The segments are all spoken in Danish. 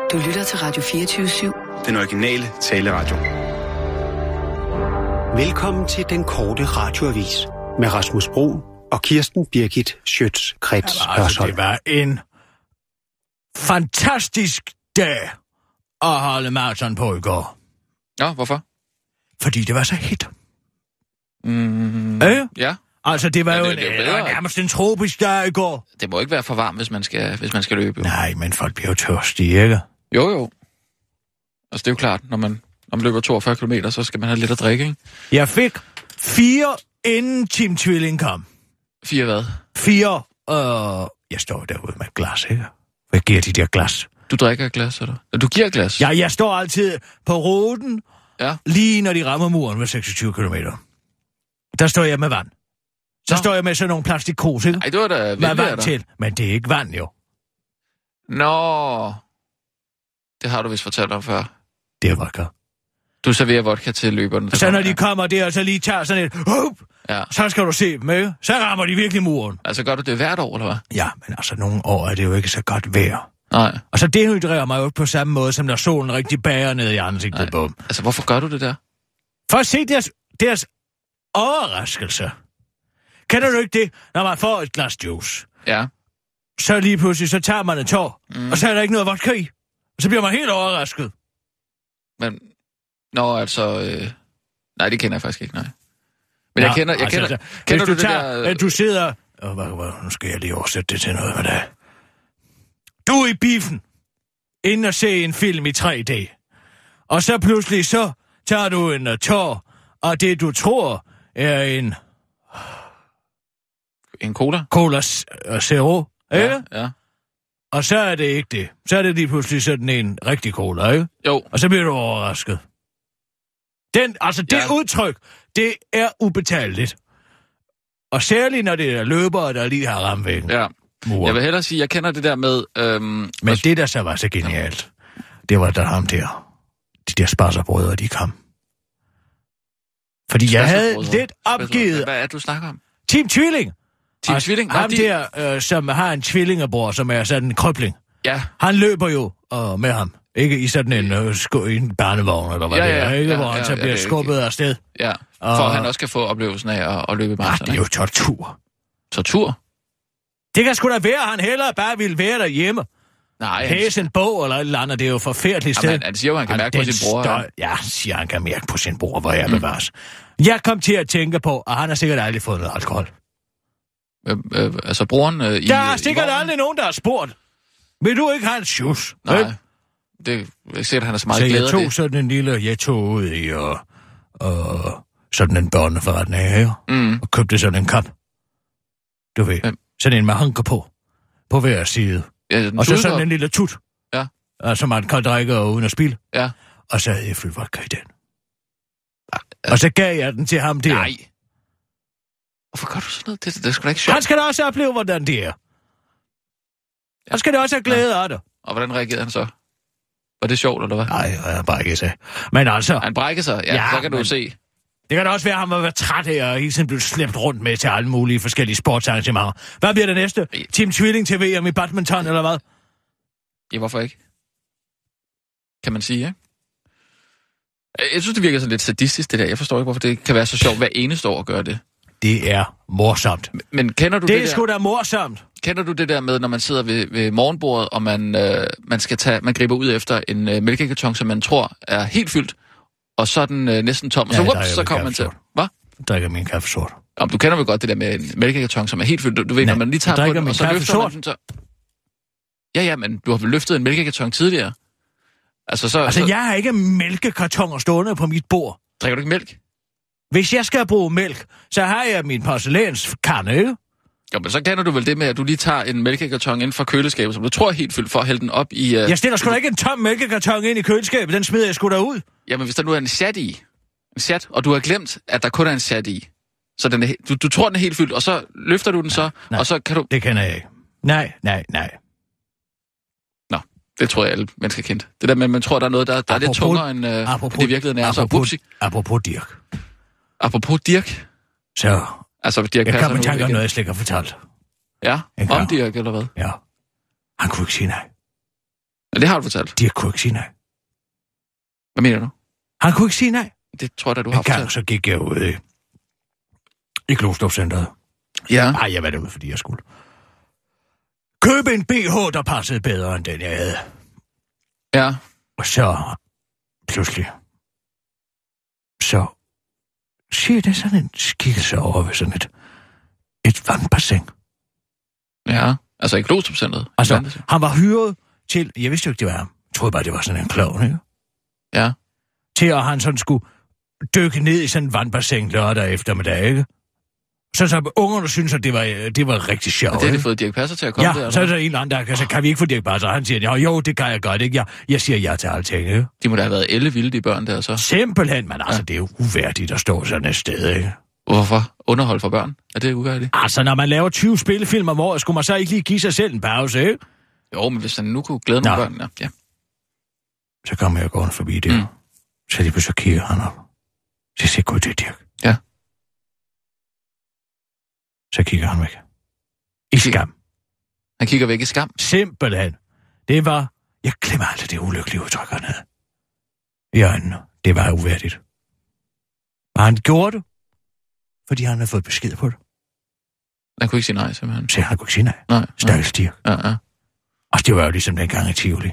Du lytter til Radio 24/7. Den originale taleradio. Velkommen til den korte radioavis med Rasmus Broen og Kirsten Birgit Schøtz-Krets Hørsholm. Det var en fantastisk dag at holde maraton på i går. Ja, hvorfor? Fordi det var så hit. Ja. Altså, det var Men jo det er bedre. nærmest en tropisk dag i går. Det må ikke være for varmt, hvis man skal løbe. Jo. Nej, men folk bliver jo tørstige, ikke? Jo. Altså, det er jo klart, når man løber 42 km, så skal man have lidt at drikke, ikke? Jeg fik 4 inden Team Tvilling kom. 4 hvad? 4, jeg står derude med et glas, ikke? Hvad giver de der glas? Du drikker et glas, eller? Du giver et glas? Ja, jeg står altid på ruten, lige når de rammer muren ved 26 km. Der står jeg med vand. Så står jeg med sådan nogle plastikkos, ikke? Nej, det var da med vand til, men det er ikke vand, jo. Nå, det har du vist fortalt om før. Det er vodka. Du serverer vodka til løberne. Så når de kommer der, og så lige tager sådan et så skal du se dem, ikke? Så rammer de virkelig muren. Altså gør du det hvert år, eller hvad? Ja, men altså nogle år er det jo ikke så godt vejr. Nej. Og så dehydrerer mig jo på samme måde, som når solen rigtig bager ned i ansigtet på dem. Altså hvorfor gør du det der? For at se deres overraskelse. Kender du ikke det, når man får et glas juice? Ja. Så lige pludselig, så tager man en tår, og så er der ikke noget vodka i. Og så bliver man helt overrasket. Men, nej, det kender jeg faktisk ikke, nej. Men jeg kender du det der... Du sidder... Nu skal jeg lige oversætte det til noget med dig. Du er i biffen, inden at se en film i 3D. Og så pludselig så tager du en tår, og det du tror er en... En cola? Cola Zero, ikke? Ja. Og så er det ikke det. Så er det lige pludselig sådan en rigtig cola, ikke? Jo. Og så bliver du overrasket. Det udtryk, det er ubetaleligt. Og særligt, når det er løbere, der lige har ramt væggen. Ja. Jeg vil hellere sige, jeg kender det der med... Men det, der så var så genialt, det var der ham der. De der sparserbrødre, de kom. Fordi jeg havde lidt opgivet... Hvad er det, du snakker om? Team Tvilling. Team Tvilling? Ham der, som har en tvillingebror, som er sådan en krøbling. Ja. Han løber jo med ham. Ikke i sådan en barnevogn, eller hvad det er, ikke? Hvor han så bliver skubbet afsted. Ja, for at han også kan få oplevelsen af at løbe maraton. Det er jo tortur. Tortur? Det kan sgu da være, at han hellere bare ville være derhjemme. Nej. Læse en bog eller et eller andet, det er jo forfærdeligt sted. Han siger jo, han kan mærke på sin bror. Ja, siger han kan mærke på sin bror, hvor jeg bevares. Jeg kom til at tænke på, at han har sikkert aldrig fået noget alkohol. Altså broren Der er sikkert aldrig nogen, der har spurgt. Vil du ikke have en shoes? Nej. Det er sikkert, han er så meget glæder. Så jeg tog sådan en lille, ud i sådan en børneforretning her, og købte sådan en kap. Du ved, sådan en med hanker på hver side. Ja, og så sådan en lille tut, som man kan drikke uden at spille. Ja. Og så havde jeg fyldt vodka i den. Og så gav jeg den til ham der. Nej. Hvorfor gør du sådan noget? Det er sgu da ikke sjovt. Han skal da også opleve, hvordan det er. Han skal da også have glæde af det. Og hvordan reagerede han så? Var det sjovt, eller hvad? Nej, han brækkede sig. Men altså... Han brækkede sig? Ja, så kan du se. Det kan da også være, at han var træt af og hele tiden blev slæbt rundt med til alle mulige forskellige sportsarrangementer. Hvad bliver det næste? Team Tvilling til VM i badminton, eller hvad? Ja, hvorfor ikke? Kan man sige, ikke? Jeg synes, det virker sådan lidt sadistisk, det der. Jeg forstår ikke, hvorfor det kan være så sjovt hver eneste år at gøre det. Det er morsomt. Men kender du det der? Det er sgu da morsomt. Kender du det der med, når man sidder ved morgenbordet, og man griber ud efter en mælkekarton, som man tror er helt fyldt, og så er den næsten tom, og så kommer man til... Hvad? Jeg drikker min kaffe sort. Jamen, du kender vel godt det der med en mælkekarton, som er helt fyldt. Du ved, når man lige tager på den, og så løfter man den, så... Ja, men du har vel løftet en mælkekarton tidligere? Altså, jeg har ikke mælkekartoner stående på mit bord. Drikker du ikke mælk? Hvis jeg skal bruge mælk, så har jeg min porcelænskande, ikke? Jo, men så kender du vel det med, at du lige tager en mælkekarton ind fra køleskabet, som du tror er helt fyldt, for at hælde den op i... Jeg stiller sgu da ikke en tom mælkekarton ind i køleskabet, den smider jeg sgu da ud. Jamen, hvis der nu er en chat, og du har glemt, at der kun er en chat i, så den er, du tror, den er helt fyldt, og så løfter du den nej, og så kan du... Det kender jeg ikke. Nej. Nå, det tror jeg alle mennesker kendt. Det der med, at man tror, der er noget, der er lidt tungere, end det i virkeligheden er. Apropos Dirk. Apropos Dirk? Så... Altså, Dirk jeg kan tænke om noget, jeg slet ikke har fortalt. Ja? Om Dirk, eller hvad? Ja. Han kunne ikke sige nej. Men det har du fortalt. De kunne ikke sige nej. Hvad mener du? Han kunne ikke sige nej. Det tror jeg da, du har fortalt. En gang så gik jeg ud i Glostrupcenteret. Ja. Nej, jeg var derude, fordi jeg skulle købe en BH, der passede bedre end den, jeg havde. Ja. Og så pludselig så siger det sådan en skikkelse over ved sådan et vandbassin. Ja, altså i Glostrupcenteret. Altså, han var hyret til, jeg vidste jo ikke, det var ham. Jeg troede bare, det var sådan en klovn, ikke? Ja. Til at han sådan skulle dykke ned i sådan en vandbassin lørdag eftermiddag, ikke? Så ungerne synes, at det var rigtig sjovt. Og det har de fået Dirch Passer til at komme der? Ja, så er der en eller anden, der kan sige, kan vi ikke få Dirch Passer? Han siger, jo, det kan jeg godt, ikke? Jeg siger ja til alting, ikke? De må da have været ellevilde, de børn der, så. Simpelthen, men altså, det er jo uværdigt at stå sådan et sted, ikke? Hvorfor? Underhold for børn? Er det uværdigt? Altså, når man laver 20 spillefilm om året, skulle man så ikke lige give sig selv en pause, ikke? Jo, men hvis han nu kunne glæde nogle børn, ja. Så kommer jeg gående forbi det. Så lige pludselig kigger han op. Så siger Gud, det er Dirch. Ja. Så kigger han væk. I skam. Han kigger væk i skam? Simpelthen. Det var... Jeg glemmer aldrig det ulykkelige udtryk, han havde. I øjnene. Det var uværdigt. Og han gjorde det, fordi han havde fået besked på det. Han kunne ikke sige nej, simpelthen. Så han kunne ikke sige nej. Nej. Stakkels Dirch. Ja. Og det var jo ligesom dengang i Tivoli.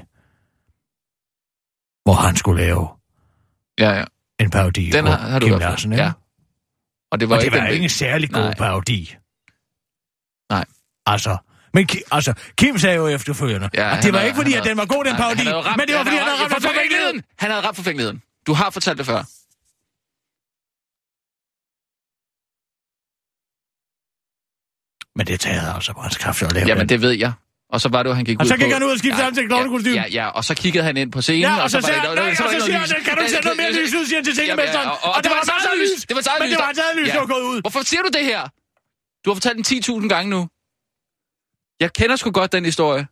Hvor han skulle lave... Ja. En parodi den på har du Kim Larsen, ikke? Ja. Og det var ikke en særlig god parodi. Nej. Altså, Kim sagde jo efterfølgende, at det var ikke fordi, at den var god, den parodi, men det var fordi, han havde ramt forfængeligheden. Han havde ramt forfængeligheden. Du har fortalt det før. Men det tager altså bare hans kraft at lave. Jamen, det ved jeg. Og så var det jo, han gik ud på... Og så gik han ud og skiftede ham til en klovnekostyme. Ja, og så kiggede han ind på scenen, og så siger han, kan du ikke sætte noget mere lys ud, siger han til scenemesteren. Og det var hans eget lys. Men det var hans eget lys, der var gået ud. Hvorfor siger du det her? Du har fortalt den 10.000 gange nu. Jeg kender sgu godt den historie.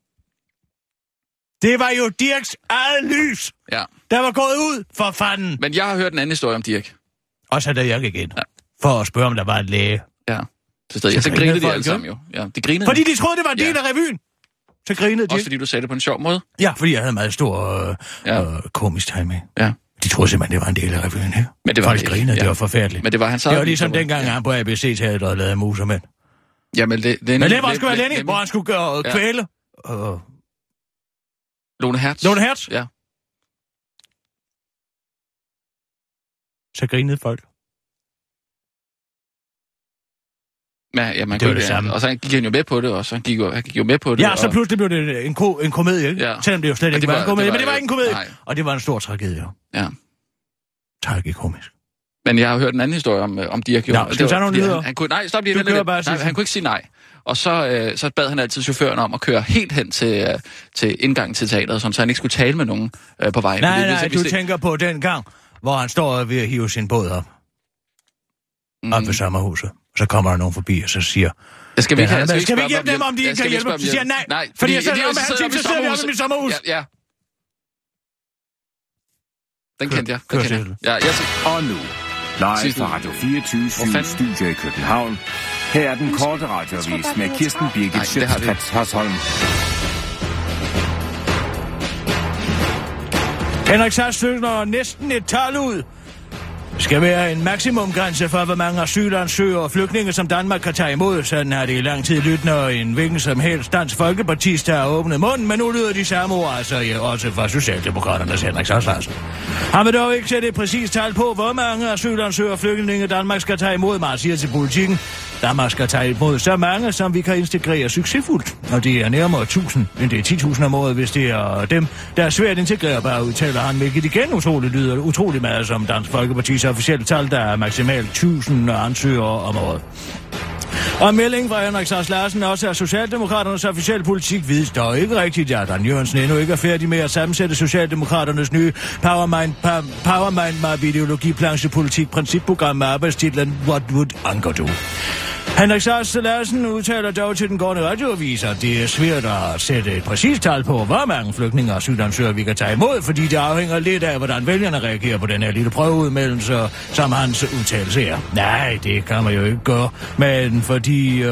Det var jo Dirchs eget lys, der var gået ud for fanden. Men jeg har hørt en anden historie om Dirch. Og så da jeg gik ind, for at spørge, om der var en læge. Ja. Så grinede de alle sammen jo. Ja, de grinede. Fordi de troede, det var en del af revyen. Så grinede de. Også fordi du sagde det på en sjov måde? Ja, fordi jeg havde meget stor komisk timing. Ja. De troede simpelthen, det var en del af revyen, ikke? Men det var folk grinede, det var forfærdeligt. Men det var han så. Det var ligesom dengang, han på ABC-teatret lavede Mus og Mænd. Ja, men det men det var sgu være Lenny, hvor han skulle gøre kvæle. Lone Hertz. Lone Hertz? Ja. Så grinede folk. Ja, man det det. Og så gik han jo med på det, og så han gik jo med på det. Ja, så pludselig blev det en komedie, ikke? Ja. Selvom det jo slet ikke var en komedie, men det var ikke en komedie. Nej. Og det var en stor tragedie. Ja. Tragikomisk. Men jeg har hørt en anden historie om Dirch. Ja, skal vi tage nogle nyheder? Han kunne ikke sige nej. Og så bad han altid chaufføren om at køre helt hen til indgangen til teateret, så han ikke skulle tale med nogen på vejen. Nej, du tænker på den gang, hvor han står ved at hive sin båd op. Op ved sommerhuset. Så kommer der nogen forbi, og så siger... Skal vi ikke hjælpe dem, om de ikke kan hjælpe? Så siger nej, fordi jeg sidder oppe i mit sommerhus. Ja. Den kendte jeg. Ja, og nu, live fra Radio 24 Studio i København. Her er den korte radioavis med Kirsten Birgit Schøtz-Krets Hørsholm. Henrik Sass støtter næsten et tal ud. Det skal være en maksimumgrænse for, hvor mange asylansøgere og flygtninge, som Danmark kan tage imod. Sådan har det i lang tid lyttet, når en hvilken som helst Dansk Folkepartist har åbnet munden, men nu lyder de samme ord, altså også fra Socialdemokraternes Henrik Sass Larsen. Han vil dog ikke sætte et præcist tal på, hvor mange asylansøgere og flygtninge Danmark skal tage imod, men siger til Politikken. Danmark skal tage imod så mange, som vi kan integrere succesfuldt. Og det er nærmere 1000, end det er 10.000 om året, hvis det er dem, der er svært integrerbare, udtaler han, hvilket igen lyder utrolig meget som Dansk Folkepartis officielle tal, der er maksimalt 1000 ansøgere om året. Og meldingen fra Henrik Sass Larsen også er Socialdemokraternes officielle politik vides dog ikke rigtigt, at Dan Jørgensen endnu ikke er færdig med at sammensætte Socialdemokraternes nye Powermind med ideologi, planchepolitik, principprogram med arbejdstitlen What Would Anker Do? Henrik Sass Larsen udtaler dog til den gårde radioavis, at det er svært at sætte et præcist tal på, hvor mange flygtninge og asylansøgere vi kan tage imod, fordi det afhænger lidt af, hvordan vælgerne reagerer på den her lille prøveudmeldelse, som hans udtalelse er. Nej, det kan man jo ikke gøre, men fordi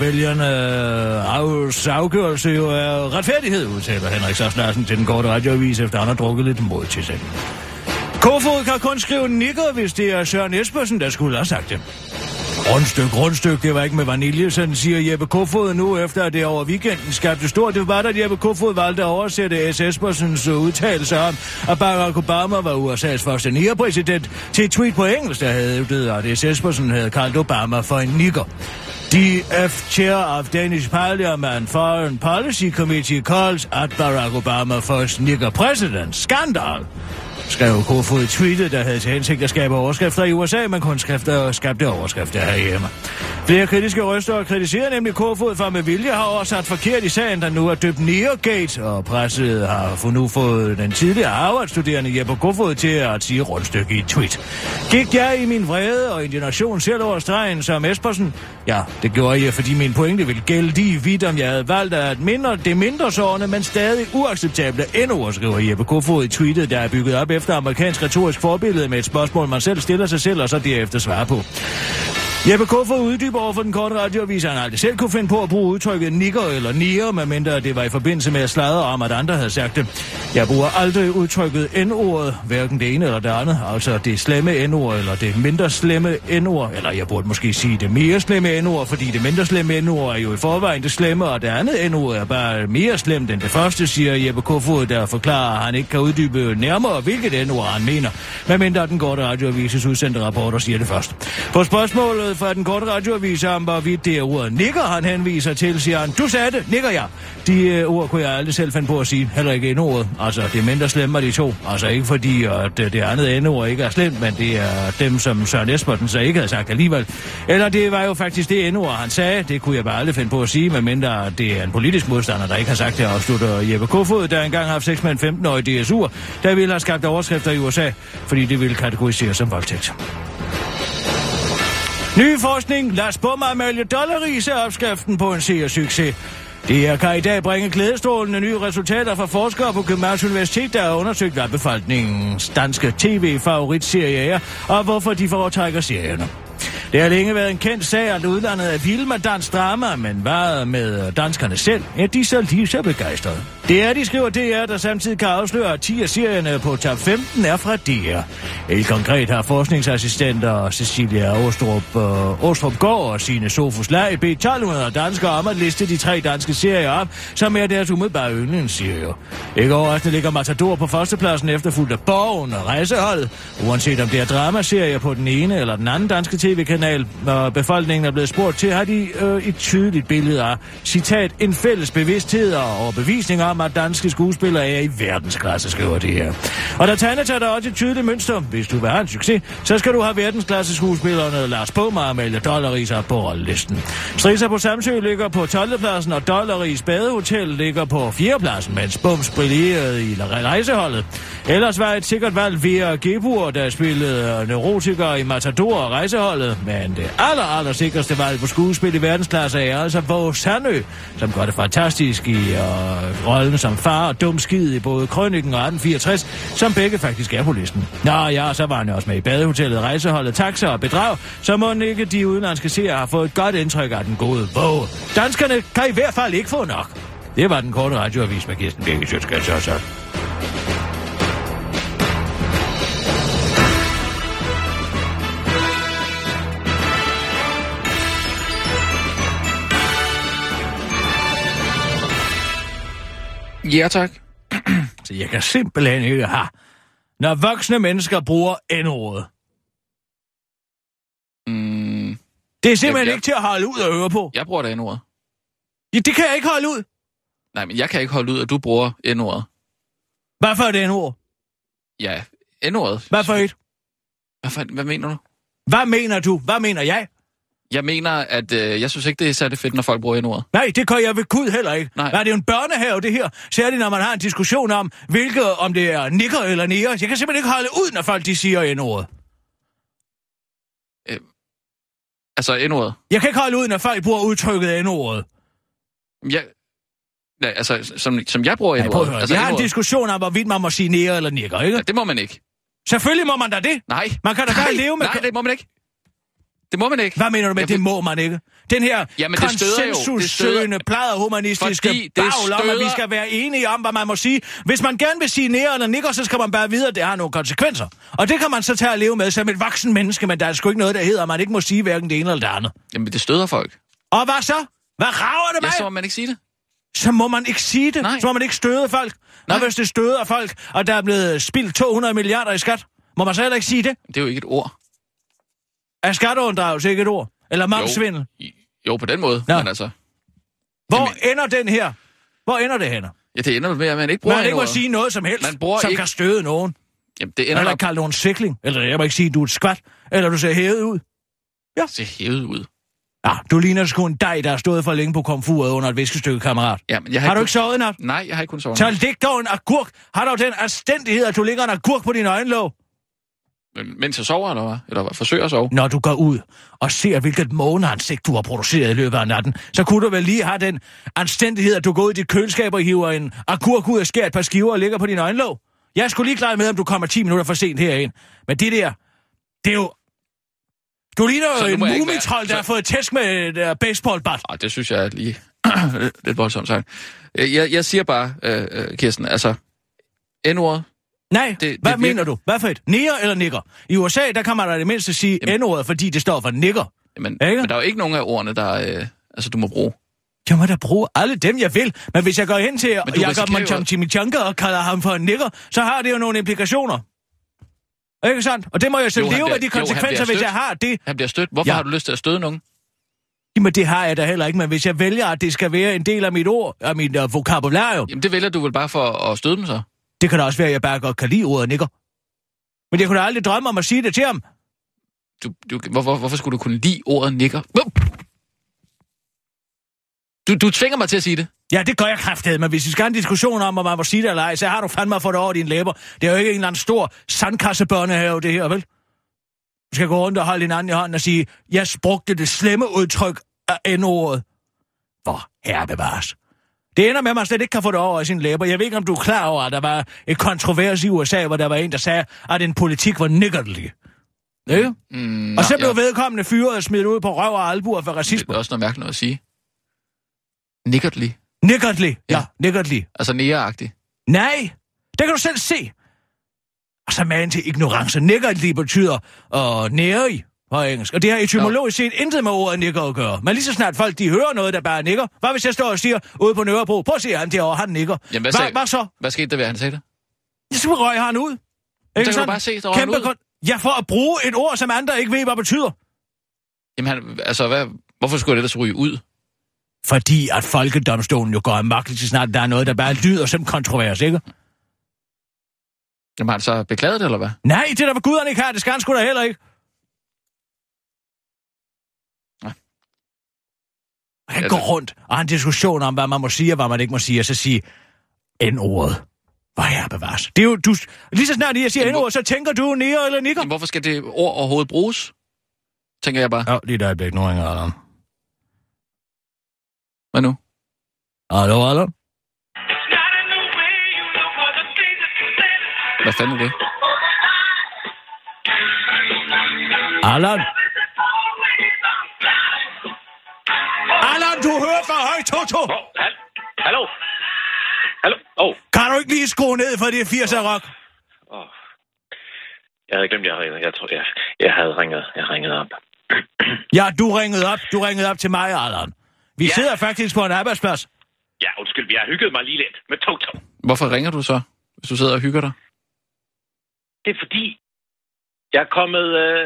vælgernes afgørelse jo er retfærdighed, udtaler Henrik Sass Larsen til den gårde radioavis, efter han har drukket lidt mod til sig. Kofod kan kun skrive nigger, hvis det er Søren Espersen, der skulle have sagt det. Rundstykke, det var ikke med vanilje, sådan siger Jeppe Kofod nu, efter at det over weekenden skabte stort debat, at Jeppe Kofod valgte at oversætte S. Espersens udtalelse om, at Barack Obama var USA's første niggerpræsident, til et tweet på engelsk, der havde hævdet, at S. Espersen havde kaldt Obama for en nigger. The chair of Danish Parliament Foreign Policy Committee calls at Barack Obama first nigger president. Skandal! Skrev Kofod i tweetet, der havde til hensigt at skabe overskrifter i USA, men kun skabte overskrifter herhjemme. Flere kritiske røster kritiserer nemlig Kofod for med vilje har oversat forkert i sagen, der nu er døbt Neogate, og presset har nu fået den tidligere Harvard-studerende Jeppe Kofod til at sige rundstykke i et tweet. Gik jeg i min vrede og indignation selv over stregen som Espersen? Ja, det gjorde jeg, fordi min pointe ville gælde lige vidt, om jeg havde valgt at det mindre sårende, men stadig uacceptable endnu, skriver Jeppe Kofod i tweetet, der er bygget op efter amerikansk retorisk forbillede med et spørgsmål, man selv stiller sig selv, og så derefter svarer på. Jeppe Kofod uddyber over for den korte radioavis, at han aldrig selv kunne finde på at bruge udtrykket nigger eller niger, medmindre det var i forbindelse med at sladre om, at andre havde sagt det. Jeg bruger aldrig udtrykket N-ordet, hverken det ene eller det andet, altså det slemme N-ord eller det mindre slemme N-ord, eller jeg burde måske sige det mere slemme N-ord, fordi det mindre slemme N-ord er jo i forvejen det slemme, og det andet N-ord er bare mere slemt end det første, siger Jeppe Kofod, der forklarer, at han ikke kan uddybe nærmere, hvilket N-ord han mener, medmindre den korte radioavises udsendte rapporter siger det først. På spørgsmålet fra den korte radioavis om, hvorvidt det er ordet nigger, han henviser til, siger han, du sagde det, nigger jeg. De ord kunne jeg aldrig selv finde på at sige, heller ikke N-ordet. Altså, det er mindre slemt af de to. Altså, ikke fordi at det andet N-ord ikke er slemt, men det er dem, som Søren Espersen så ikke havde sagt alligevel. Eller det var jo faktisk det N-ord, han sagde. Det kunne jeg bare aldrig finde på at sige, medmindre det er en politisk modstander, der ikke har sagt det, afslutter Jeppe Kofod, der engang har haft sex med en 15-årig DSU'er, der ville have skabt overskrifter i USA, fordi det ville kategoriseres som voldtægt. Ny forskning, Lars Bummer og Amalie Dolleris er opskriften på en seersucces. Det her kan i dag bringe glædestrålende nye resultater fra forskere på Københavns Universitet, der har undersøgt, hvad befolkningens danske tv-favoritserie er, og hvorfor de foretrækker serierne. Det har længe været en kendt sag, at udlandet er vild med dansk drama, men hvad med danskerne selv? Er de så lige så begejstrede? Det er, de skriver DR, der samtidig kan afsløre, at 10 af serierne på top 15 er fra DR. Helt konkret har forskningsassistenter Cecilia Åstrup Gård og Signe Sofus Lag bedt 1200 danskere om at liste de 3 danske serier op, som er deres umiddelbare yndlingsserier. Ikke overraskende ligger Matador på førstepladsen efterfulgt af Borgen og Rejseholdet. Uanset om det er dramaserier på den ene eller den anden danske tv-kanal, når befolkningen er blevet spurgt til, har de et tydeligt billede af, citat, en fælles bevidsthed og overbevisning om, at danske skuespillere er i verdensklasse, skriver det her. Og der tegner sig der også et tydeligt mønster. Hvis du vil have en succes, så skal du have verdensklasse skuespillerne Lars Bummer og Amalie Dolleris på rollelisten. Strisser på Samsø ligger på 12. pladsen, og Dolleris Badehotel ligger på 4. pladsen, mens Bums brillerede i Rejseholdet. Ellers var et sikkert valg Vera Gebur, der spillede neurotikere i Matador og Rejseholdet, men det aller sikreste valg på skuespil i verdensklasse er altså Våge Sandø, som gør det fantastisk i rollen som far og dum skid i både Krøniken og 1864, som begge faktisk er på listen. Nå ja, så var han også med i Badehotellet, Rejseholdet, Taxa og Bedrag, så må ikke de udenlandske seere har fået et godt indtryk af den gode Våge. Danskerne kan i hvert fald ikke få nok. Det var den korte radioavis med Kirsten Birgit Schøtz-Krets. Ja, tak. Så jeg kan simpelthen ikke have, når voksne mennesker bruger N-ordet. Det er simpelthen ikke til at holde ud og høre på. Jeg bruger det N-ordet. Ja, det kan jeg ikke holde ud. Nej, men jeg kan ikke holde ud, at du bruger N-ordet. Hvad for et N-ord? Ja, N-ordet. Hvad for et? Hvad mener du? Hvad mener du? Hvad mener jeg? Jeg mener, at jeg synes ikke, det er særlig fedt, når folk bruger N-ordet. Nej, det kan jeg ved Gud heller ikke. Nej. Er det jo en børnehave, det her? Særligt, når man har en diskussion om, om det er nikker eller niger. Jeg kan simpelthen ikke holde ud, når folk de siger N-ordet. Altså N-ordet? Jeg kan ikke holde ud, når folk bruger udtrykket N-ordet. Ja, altså, som jeg bruger N-ordet. Altså, jeg har en diskussion om, hvorvidt man må sige nære eller nikker, ikke? Ja, det må man ikke. Selvfølgelig må man da det. Nej. Man kan da bare leve med... Nej, det må man ikke. Det må man ikke. Hvad mener du med, det må man ikke? Den her konsensussøgende, plejede humanistiske bagl om, at vi skal være enige om, hvad man må sige. Hvis man gerne vil sige nære eller nikker, så skal man bare vide, at det har nogle konsekvenser. Og det kan man så tage at leve med som et voksen menneske, men der er sgu ikke noget, der hedder, at man ikke må sige hverken det ene eller det andet. Jamen, det støder folk. Og hvad så? Hvad rager det mig? Ja, så må man ikke sige det. Så må man ikke sige det. Nej. Så må man ikke støde folk. Og hvis det støder folk, og der er blevet spildt 200 milliarder i skat, må man så heller ikke sige det? Det er jo ikke et ord. Er skatteunddragelse ikke et ord? Eller momssvindel? Jo, på den måde, men altså... Hvor ender den her? Hvor ender det henne? Ja, det ender med, at man ikke bruger man ikke må sige noget som helst, som kan støde nogen. Jamen, det ender eller kalde nogen sikling. Eller jeg må ikke sige, at du er et skvat. Eller du ser hævet ud. Ja. Ser hævet ud? Ja, du ligner sgu en dej, der har stået for længe på komfuret under et viskestykke, kammerat. Ja, men har du ikke sovet i nat? Nej, jeg har ikke kun sovet. Så læg dog en agurk. Har du den anstændighed, at du lægger en agurk på din øjenlåg? Mens jeg sover, eller hvad? Eller forsøger at sove? Når du går ud og ser, hvilket måneansigt du har produceret i løbet af natten, så kunne du vel lige have den anstændighed, at du går ud i dit køleskab og hiver en agurk ud og skærer et par skiver og lægger på din øjenlåg. Jeg er sgu lige klar med, om du kommer 10 minutter for sent herind. Men det der, det er jo... Du ligner jo en mumitrold, der har fået tæsk med et baseballbat. Det synes jeg er lige lidt voldsomt sagt. Jeg siger bare, Kirsten, altså, N-ordet. Nej, hvad mener du? Hvad for et? Næger eller nikker? I USA, der kan man da det mindste sige N-ordet, fordi det står for nikker. Men der er jo ikke nogen af ordene, der du må bruge. Jeg må da bruge alle dem, jeg vil. Men hvis jeg går hen til Jacob Chimichanga og kalder ham for en nikker, så har det jo nogle implikationer. Ikke sandt? Og det må jeg så leve med de konsekvenser, hvis jeg har det. Han bliver stødt. Hvorfor har du lyst til at støde nogen? Jamen, det har jeg da heller ikke, men hvis jeg vælger, at det skal være en del af mit ord, af mit vokabularium... Jamen, det vælger du vel bare for at støde dem så? Det kan da også være, at jeg bare godt kan lide ordet nikker. Men jeg kunne da aldrig drømme om at sige det til ham. Hvorfor skulle du kunne lide ordet nikker? Du tvinger mig til at sige det. Ja, det gør jeg kraftedeme, men hvis vi skal have en diskussion om, om man må sige det eller ej, så har du fandme at få det over dine læber. Det er jo ikke en eller anden stor sandkassebørnehave, det her, vel? Du skal gå rundt og holde hinanden i hånden og sige, jeg brugte det slemme udtryk af N-ordet. Hvor herre bevares. Det ender med, at man slet ikke kan få det over i sine læber. Jeg ved ikke, om du er klar over, at der var et kontrovers i USA, hvor der var en, der sagde, at en politik var niggardlig. Ikke? Og så blev vedkommende fyret og smidt ud på røv og albuer for racisme. Det er også noget mærkeligt at sige. Niggardlig. Niggardlig, ja, niggardlig. Altså næreagtig. Nej, det kan du selv se. Og så man til ignorance. Niggardlig betyder nærig på engelsk. Og det har etymologisk set intet med ordet nigger at gøre. Men lige så snart folk, de hører noget, der bare er nigger. Hvad hvis jeg står og siger ude på Nørrebro, prøv at se ham derovre, han nigger. Jamen, hvad så? Hvad skete der ved, han sagde det? Så røg han ud. Ikke så kan du bare se, så røg han ud. Ja, for at bruge et ord, som andre ikke ved, hvad betyder. Jamen, hvorfor skulle det ellers ryge ud? Fordi at folkedomstolen jo går amok lige så snart, der er noget, der bare lyder som kontrovers, ikke? Jamen, har han så beklaget det, eller hvad? Nej, det der var guderne ikke har, det skal han sgu da heller ikke. Nej. Han går rundt og har en diskussion om, hvad man må sige og hvad man ikke må sige, og så sige N-ordet. Hvor er bevares. Det er jo, lige så snart jeg siger N-ordet, så tænker du nære eller nikker. Hvorfor skal det ord overhovedet bruges? Tænker jeg bare. Ja, lige der er nu ringer Allan. Hvad nu? Hallo, Allan? Hvad fanden er det? Allan? Allan, du hører for højt, Toto! Hallo? Hallo? Kan du ikke lige skrue ned for det 80'er rock? Jeg havde glemt, jeg havde ringet op. Ja, du ringede op til mig, Allan. Vi sidder faktisk på en arbejdsplads. Ja, undskyld, jeg har hygget mig lige lidt med Toto. Hvorfor ringer du så, hvis du sidder og hygger dig? Det er fordi, jeg er kommet...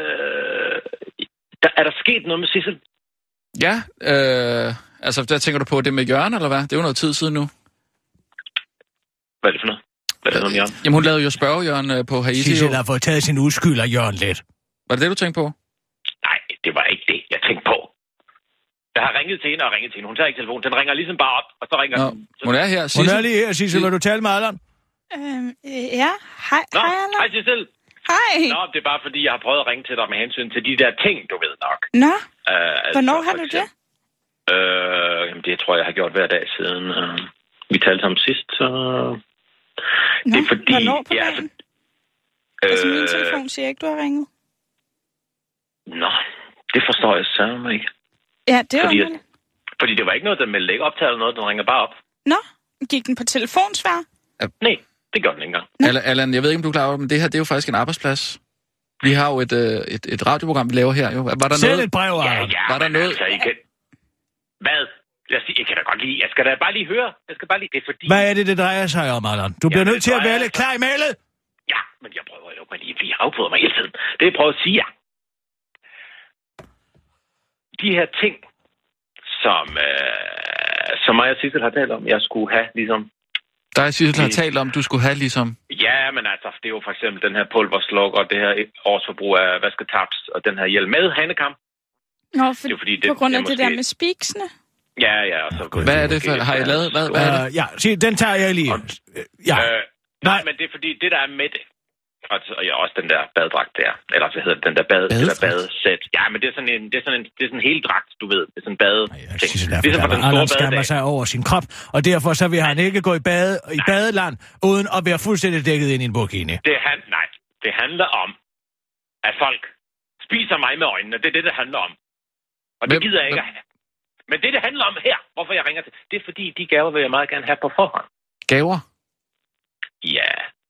er der sket noget med Sissel? Ja, der tænker du på det med Jørgen, eller hvad? Det er jo noget tid siden nu. Hvad er det for noget? Hvad er det med Jørgen? Jamen, hun lavede jo spørge-Jørgen på Haiti. Sissel har fået taget sin uskyld af Jørgen lidt. Var det det, du tænkte på? Nej, det var ikke det, jeg tænkte på. Jeg har ringet til hende og ringet til hende. Hun tager ikke telefonen. Den ringer ligesom bare op, og så ringer den. Hun er her, Sissel. Hun er lige her, Sissel. Vil du tale med Allan? Ja. Hej, Nå, Allan. hej, Sissel. Hej. Nå, det er bare fordi, jeg har prøvet at ringe til dig med hensyn til de der ting, du ved nok. Nå, hvornår har du det? Jamen, det tror jeg har gjort hver dag siden vi talte om sidst. Så... Nå, det er fordi, hvornår på dagen? Altså, min telefon siger ikke, du har ringet. Nå, det forstår jeg sammen ikke. Ja, det er jo fordi det var ikke noget, der meldte ikke optaget eller noget, den ringer bare op. Nå, gik den på telefonsvar? Nej, det gør den ikke engang. Allan, jeg ved ikke, om du er klar over, men det her, det er jo faktisk en arbejdsplads. Vi har jo et radioprogram, vi laver her, jo. Var der noget? Et brev, ja, var der noget? Altså, hvad? Jeg kan da godt lide. Jeg skal da bare lige høre. Jeg skal bare lige... Det er fordi... Hvad er det drejer sig om, Allan? Du bliver nødt til at være lidt klar i mailet. Ja, men jeg prøver jo bare lige, fordi jeg afbryder mig hele tiden. Det jeg prøver at sige, ja. De her ting, som mig og Sissel har talt om, jeg skulle have, ligesom... Der er Sissel har talt om, du skulle have, ligesom... Ja, men altså, det er jo for eksempel den her pulversluk, og det her årsforbrug af vasketaps, og den her hjelm med handekam. Nå, på grund af det der med spiksene? Ja, og så... Hvad er det for... Har I lavet? Hvad er det? Ja, sig, den tager jeg lige. Ja. Nej, men det er fordi, det der er med det, og også den der baddragt der, eller hvad hedder det, den der badesæt. Ja, men det er sådan en hel dragt, du ved. Det er sådan en badeting. Ligesom for den store skammer sig over sin krop, og derfor så vil han ikke gå i badeland, uden at være fuldstændig dækket ind i en burkini. Det handler om, at folk spiser mig med øjnene. Det er det handler om. Og det gider jeg ikke at have. Men det handler om her, hvorfor jeg ringer til, det er fordi, de gaver vil jeg meget gerne have på forhånd. Gaver? Ja,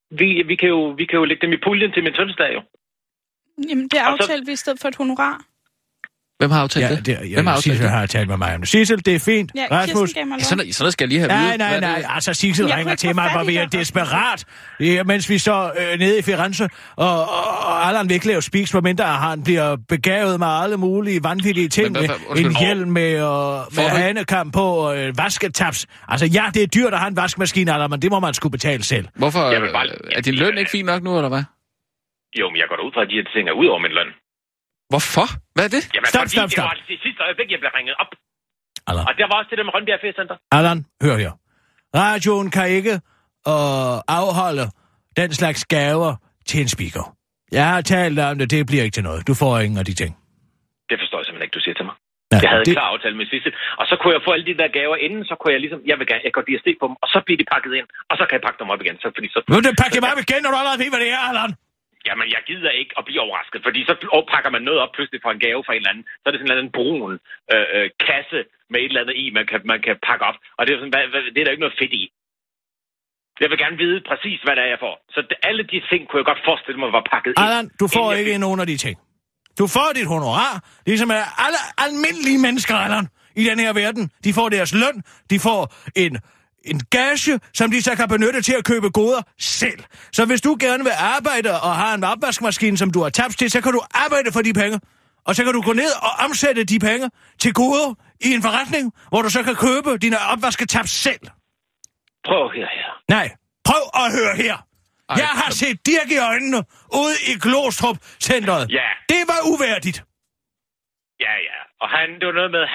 vi kan jo lægge dem i puljen til min fødselsdag, jo. Jamen, det er aftalt vi i stedet for et honorar. Hvem har aftalt det? Hvem har aftalt Sissel har talt med mig om det. Sissel, det er fint. Ja, Rasmus. Sådan skal jeg lige have vide. Nej. Altså, Sissel ringer til mig, hvor vi er desperat. Mens vi så nede i Firenze, og Allan vil ikke lave spiks, for mindre han bliver begavet med alle mulige vanvittige ting. En hjelm med hanekam på, og vasketaps. Altså, ja, det er dyrt at have en vaskemaskine, Allan, men det må man sgu betale selv. Hvorfor? Er din løn ikke fin nok nu, eller hvad? Jo, men jeg går da ud fra, at de her ting er ud over min løn. Hvorfor? Hvad er det? Jamen, stop. Det var det sidste øjeblik, jeg blev ringet op. Allan. Og der var også det der med Rønbjerg Festcenter. Allan, hør her. Radioen kan ikke afholde den slags gaver til en speaker. Jeg har talt om det, det bliver ikke til noget. Du får ingen af de ting. Det forstår jeg simpelthen ikke, du siger til mig. Ja, jeg havde en klar aftale med Sissel, og så kunne jeg få alle de der gaver inden, så kunne jeg ligesom, jeg går lige at stikke på dem, og så bliver de pakket ind, og så kan jeg pakke dem op igen. Nu det pakke dem op igen, når du allerede ved, hvad det er, Allan. Jamen, jeg gider ikke at blive overrasket, fordi så pakker man noget op pludselig fra en gave fra en eller anden. Så er det sådan en brun kasse med et eller andet i, man kan pakke op. Og det er sådan, det er der ikke noget fedt i. Jeg vil gerne vide præcis, hvad det er, jeg får. Så alle de ting kunne jeg godt forestille mig var pakket ind. Allan, du får ikke nogen af de ting. Du får dit honorar, ligesom alle almindelige mennesker, Allan, i den her verden. De får deres løn, de får en gage, som de så kan benytte til at købe goder selv. Så hvis du gerne vil arbejde og har en opvaskemaskine, som du har tabt til, så kan du arbejde for de penge. Og så kan du gå ned og omsætte de penge til goder i en forretning, hvor du så kan købe dine opvasketaps selv. Prøv at høre her. Nej, prøv at høre her. Jeg har set Dirk i øjnene ude i Glostrup-centret. Ja. Det var uværdigt. Ja. Og det var noget med,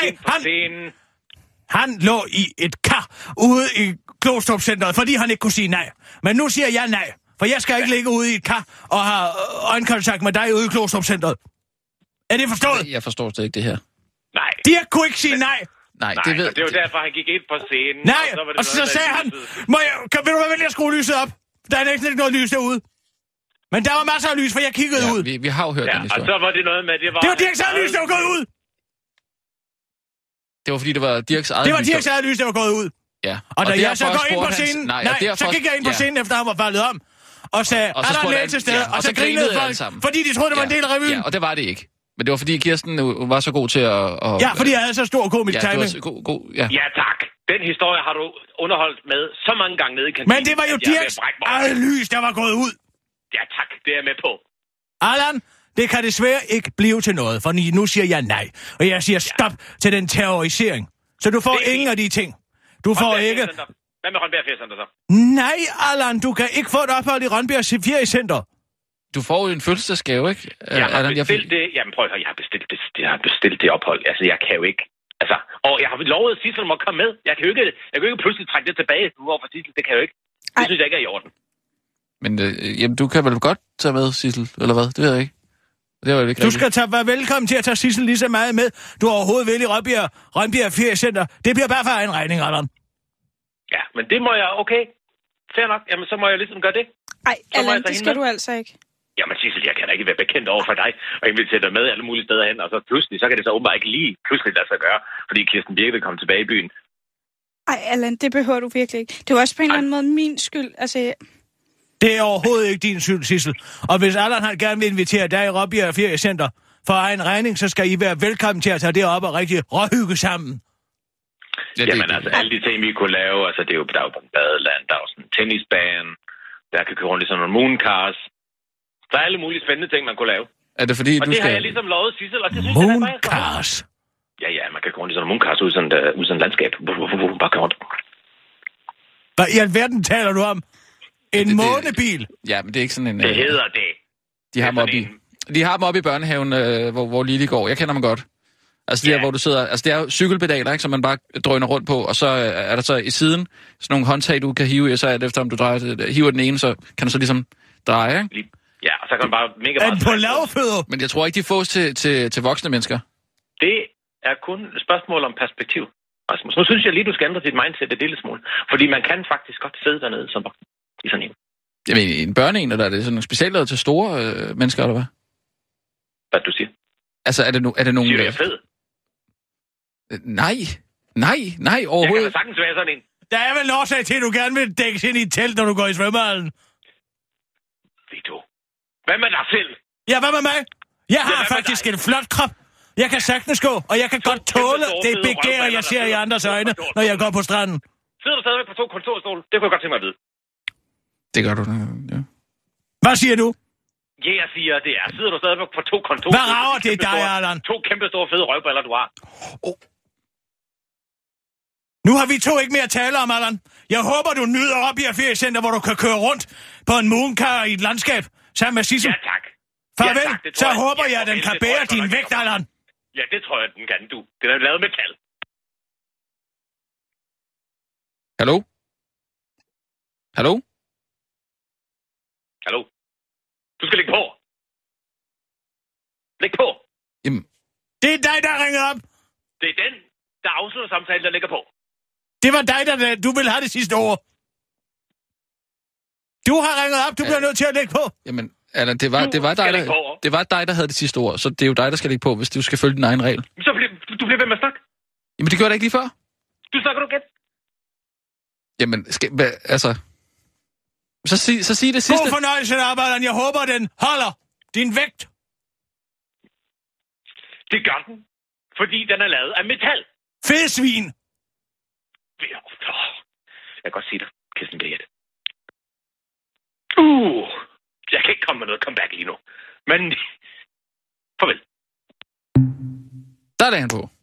Han lå i et kar ude i Glostrup-centret, fordi han ikke kunne sige nej. Men nu siger jeg nej, for jeg skal ikke ligge ude i et kar og have øjenkontakt med dig ude i Glostrup-centret. Er det forstået? Jeg forstår det ikke, det her. Nej. Dirk kunne ikke sige nej. Nej, det ved... det var derfor, han gik ind på scenen. Nej, og så sagde han, vil du være venlig at skrue lyset op? Der er næsten ikke noget lys derude. Men der var masser af lys, for jeg kiggede ud. Vi har jo hørt den historie. Og så var det noget med, det var Dirks eget lys, der var gået ud. Det var fordi, det var Dirks eget lys. Det var Dirks eget lys, der var gået ud. Ja. Og da jeg så går ind på scenen, så gik jeg ind på scenen, efter han var faldet om, og sagde, er der en læge til stede? Og så grinede folk, fordi de troede, det var en del af revyen. Ja, og det var det ikke. Men det var fordi Kirsten var så god til at... Ja, fordi jeg havde så stor komisk timing. Ja, tak. Den historie har du underholdt med så mange gange nede i kantinen. Men det var jo Dirks eget lys, der var gået ud. Ja, tak. Det er jeg med på. Allan, det kan desværre ikke blive til noget, for nu siger jeg nej. Og jeg siger stop til den terrorisering. Så du får ingen af de ting. Du får ikke... Hvad med Rønbjerg Feriecenter så? Nej, Allan, du kan ikke få et ophold i Rønbjerg Feriecenter. Du får jo en fødselsdagsgave, ikke? Jeg har bestilt det. Jamen prøv at høre, jeg har bestilt det ophold. Altså, jeg kan jo ikke... Altså, og jeg har lovet, at Sissel må komme med. Jeg kan jo ikke pludselig trække det tilbage, hvorfor Sissel, det kan jeg jo ikke. Det synes jeg ikke er i orden. Men jamen, du kan vel godt tage med, Sissel, eller hvad? Det ved jeg ikke. Det var ikke du skal være velkommen til at tage Sissel lige så meget med. Du er overhovedet vel i Rønbjerg Feriecenter. Det bliver bare for egen regning, Allan. Ja, men det må jeg, okay. Fair nok. Jamen, så må jeg ligesom gøre det. Ej, Allan, det skal du altså ikke. Jamen, Sissel, jeg kan da ikke være bekendt over for dig og invitere dig med alle mulige steder hen. Og så pludselig, så kan det så åbenbart ikke lige pludselig lade sig gøre, fordi Kirsten Birke vil komme tilbage i byen. Ej, Allan, det behøver du virkelig ikke. Det var også på en eller anden måde min skyld. Altså, det er overhovedet ikke din skyld, Sissel. Og hvis Allan han gerne vil invitere dig i Rønbjerg Feriecenter for egen regning, så skal I være velkommen til at tage det op og rigtig råhygge sammen. Ja, jamen altså, alle de ting, vi kunne lave, altså det er jo, der er jo en badeland, der er jo sådan en tennisbane, der kan køre rundt i sådan nogle mooncars. Der er alle mulige spændende ting, man kunne lave. Er det fordi, og det har jeg ligesom lovet, Sissel, og det synes jeg, mooncars? Ja, man kan køre rundt i sådan nogle mooncars ud i sådan et landskab. Bare køre rundt. Hvad i alverden taler du om? En månebil? Ja, men det er ikke sådan en... Det hedder det. De har dem oppe i børnehaven, hvor Lille går. Jeg kender dem godt. Altså der, hvor du sidder... Altså det er jo cykelpedaler, ikke, som man bare drøner rundt på, og så er der så i siden sådan nogle håndtag, du kan hive i, og så er det efter, om du hiver den ene, så kan du så ligesom dreje, ikke? Ja, og så kan man bare mega meget... på lavfødder! Men jeg tror ikke, de fås til voksne mennesker. Det er kun et spørgsmål om perspektiv. Rasmus, nu synes jeg lige, du skal ændre dit mindset en lille smule. Fordi man kan faktisk godt sidde dernede som voksen i sådan en. Jamen, en børneen, eller er det sådan specielt lavet til store mennesker, eller hvad? Hvad du siger? Altså, er det nogen... Siger du, jeg er fed? Nej, overhovedet. Jeg kan sagtens være sådan en. Der er vel en årsag til, at du gerne vil dækkes ind i et telt, når du går i svømmehallen. Ved du? Hvad med dig selv? Ja, hvad med mig? Jeg har faktisk en flot krop. Jeg kan sagtens gå, og jeg kan godt tåle det begær, jeg ser i andres øjne, når jeg går på stranden. Sidder du stadigvæk på 2 kontorstole? Det kunne jeg godt tænke mig at vide. Det gør du, ja. Hvad siger du? Ja, jeg siger, det er. Sidder du stadigvæk på 2 kontorstole? Hvad rager det dig, Allan? 2 kæmpe store fede røvballer, du har. Nu har vi 2 ikke mere at tale om, Allan. Jeg håber, du nyder op i Feriecenter, hvor du kan køre rundt på en mooncar i et landskab sammen med Sissel. Ja, tak. Farvel, ja, tak, så håber jeg, at den kan bære din vægt, Allan. Ja, det tror jeg, den kan, du. Den er lavet metal. Hallo? Hallo? Du skal lægge på. Læg på. Jamen. Det er dig, der ringer op. Det er den, der afslutter samtalen, der ligger på. Det var dig, der du ville have det sidste ord. Du har ringet op, du bliver nødt til at lægge på. Jamen, Allan, det var dig, der havde det sidste ord, så det er jo dig, der skal lægge på, hvis du skal følge din egen regel. Så du bliver ved med at snakke. Jamen, det gjorde jeg ikke lige før. Du snakker du igen. Jamen, så sig det sidste. God fornøjelse, Allan. Jeg håber, den holder din vægt. Det gør den, fordi den er lavet af metal. Fed svin. Jeg kan godt sige dig, Kirsten Birgit. Jeg kan ikke komme med noget comeback lige nu. Men farvel. Der er han på.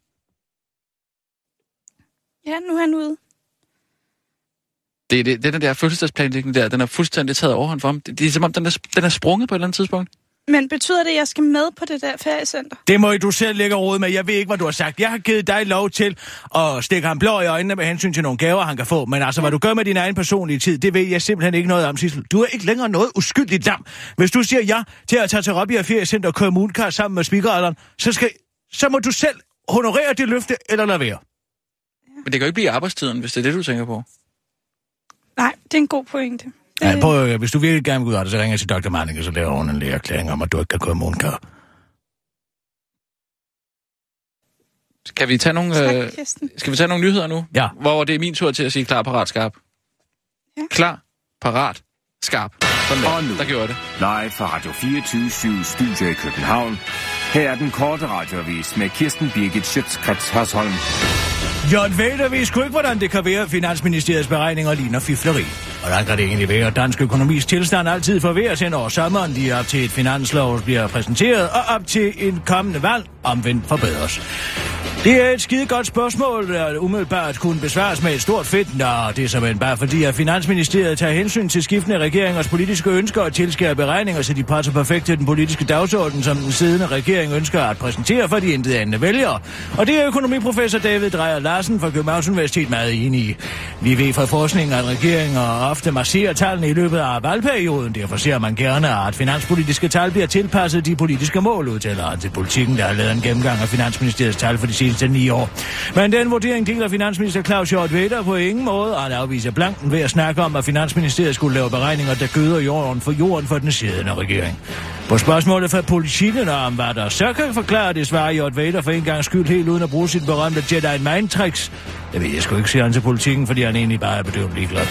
Ja, nu er han ude. Den der fødselsdagsplanlægning der, den er fuldstændig taget overhånd for ham. Det er som om, den er sprunget på et eller andet tidspunkt. Men betyder det, at jeg skal med på det der feriecenter? Det må du selv lægge råd med. Jeg ved ikke, hvad du har sagt. Jeg har givet dig lov til at stikke ham blå i øjnene med hensyn til nogle gaver, han kan få. Men altså, hvad du gør med din egen personlige tid, det ved jeg simpelthen ikke noget om, Sissel. Du er ikke længere noget uskyldigt lam. Hvis du siger ja til at tage til Rønbjerg Feriecenter og køre mooncars sammen med speakeralderen, så må du selv honorere det løfte eller lade være. Men det kan jo ikke blive arbejdstiden, hvis det er det, du tænker på. Nej, det er en god pointe. Ja, prøv, hvis du virkelig gerne vil ud af det, så ringer jeg til Dr. Manning, og så laver hun en lægeerklæring om, at du ikke kan køre mooncars. Skal vi tage nogle nyheder nu? Ja. Hvor det er min tur til at sige klar, parat, skarp. Ja. Klar, parat, skarp. Sådan der gjorde det. Live fra Radio 24/7 Studio i København. Her er den korte radioavis med Kirsten Birgit Schøtz-Krets Hørsholm. Jeg ved sgu ikke, hvordan det kan være. Finansministeriets beregninger ligner fifleri. Hvordan kan det egentlig være, at dansk økonomis tilstand altid forværres hen over sommeren, lige op til et finanslov bliver præsenteret, og op til en kommende valg omvendt forbedres? Det er et skide godt spørgsmål, der umiddelbart kunne besvares med et stort fedt. Nå, det er simpelthen bare fordi, at Finansministeriet tager hensyn til skiftende regeringers politiske ønsker og tilskærer beregninger, så de passer perfekt til den politiske dagsorden, som den siddende regering ønsker at præsentere for de intetanende vælgere. Og det er økonomiprofessor David Dreyer Larsen fra Københavns Universitet meget enig i. Vi ved fra forskningen, at regeringer ofte masserer tallene i løbet af valgperioden. Derfor ser man gerne, at finanspolitiske tal bliver tilpasset de politiske mål, udtaler han til Politikken, der har lavet en gennemgang af Finansministeriets tal for de seneste 9 år. Men den vurdering deler finansminister Claus Hjort Vedder på ingen måde, og han afviser blanken ved at snakke om, at Finansministeriet skulle lave beregninger, der gøder jorden for den siddende regering. På spørgsmålet fra Politikken om, hvad der så kan forklare det, svarer Hjort Vedder for en gang skyld helt uden at bruge sit berømte Jedi Mind Tricks. Det ved jeg sgu ikke, siger han til Politikken, fordi han egentlig bare er bedøvende ligeglad.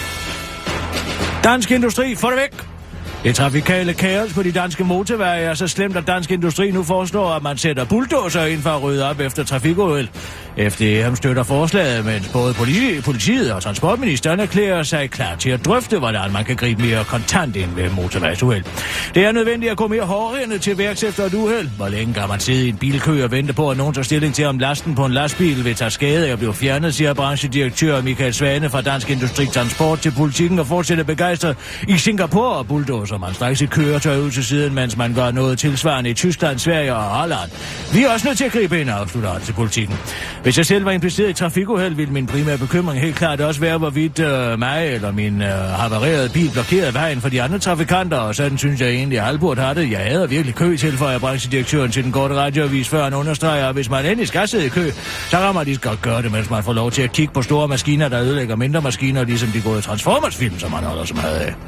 Dansk Industri, få det væk! Det trafikale kaos på de danske motorveje er så slemt, at Dansk Industri nu foreslår, at man sætter bulldozer ind for at rydde op efter trafikuheld. FDM støtter forslaget, mens både politiet og transportministeren erklærer sig klar til at drøfte, hvordan man kan gribe mere kontant ind ved motorvejsuheld. Det er nødvendigt at gå mere hårdhændet til værks efter et uheld. Hvor længe kan man sidde i en bilkø og vente på, at nogen tager stilling til, om lasten på en lastbil vil tage skade og blive fjernet, siger branchedirektør Michael Svane fra Dansk Industri Transport til Politikken og fortsætter begejstret. I Singapore og bulldozer man straks et køretøj ud til siden, mens man gør noget tilsvarende i Tyskland, Sverige og Holland. Vi er også nødt til at gribe ind, afslutter han til Politikken. Hvis jeg selv var impliceret i trafikuheld, ville min primære bekymring helt klart også være, hvorvidt mig eller min havarerede bil blokerede vejen for de andre trafikanter, og sådan synes jeg egentlig, at Halburt har det. Jeg havde virkelig kø til, for jeg branchedirektøren til den korte radioavis, før han understreger, at hvis man endelig skal sidde i kø, så kan man lige godt gøre det, mens man får lov til at kigge på store maskiner, der ødelægger mindre maskiner, ligesom de gode Transformers-film, som man holder så meget af.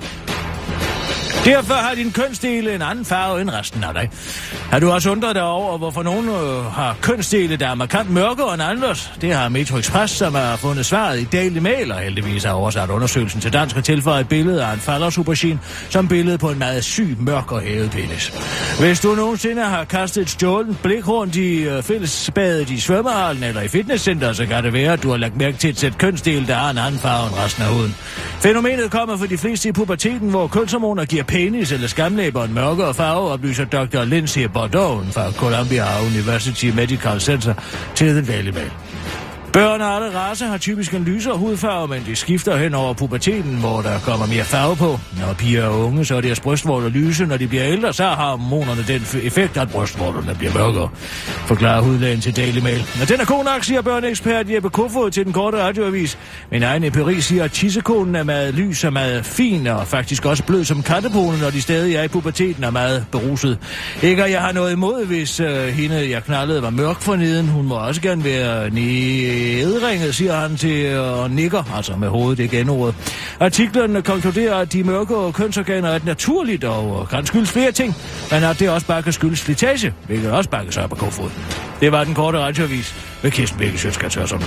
Derfor har din kønsdele en anden farve end resten af dig. Har du også undret dig over, hvorfor nogen har kønsdele, der er markant mørkere end andres? Det har Metro Express, som har fundet svaret i Daily Mail, og heldigvis har oversat undersøgelsen til dansk og tilføjet et billede af en faldersaubergine som billede på en meget syg, mørk og hævet penis. Hvis du nogensinde har kastet et stjålent blik rundt i fællesbadet i svømmehallen eller i fitnesscenter, så kan det være, at du har lagt mærke til et sæt kønsdele, der har en anden farve end resten af huden. Fænomenet kommer for de fleste i puberteten, hvor kønshormoner giver penis eller skamlæber en mørkere farve, oplyser Dr. Lindsay Bordeaux fra Columbia University Medical Center til den Daily Mail. Børn af alle racer har typisk en lysere hudfarve, men de skifter hen over puberteten, hvor der kommer mere farve på. Når piger er unge, så er deres brystvorter lyse. Når de bliver ældre, så har hormonerne den effekt, at brystvorterne bliver mørkere, forklarer hudlægen til Daily Mail. Og den er god nok, siger børneekspert Jeppe Kofod til den korte radioavis. Min egen empiri siger, at tissekonen er meget lys og meget fin, og faktisk også blød som kattepolen, når de stadig er i puberteten og meget beruset. Ikke at jeg har noget imod, hvis hende, jeg knaldede, var mørk for neden. Hun må også gerne være nedringet, siger han til nikker, altså med hovedet, det er genordet. Artiklen konkluderer, at de mørke kønsorganer er et naturligt og kan skyldes flere ting, men at det også bare kan skyldes slitage, hvilket også bakkes op af Kofod. Det var den korte radioavis med Kirsten Birgit Schiøtz-Kretz Hørsholm.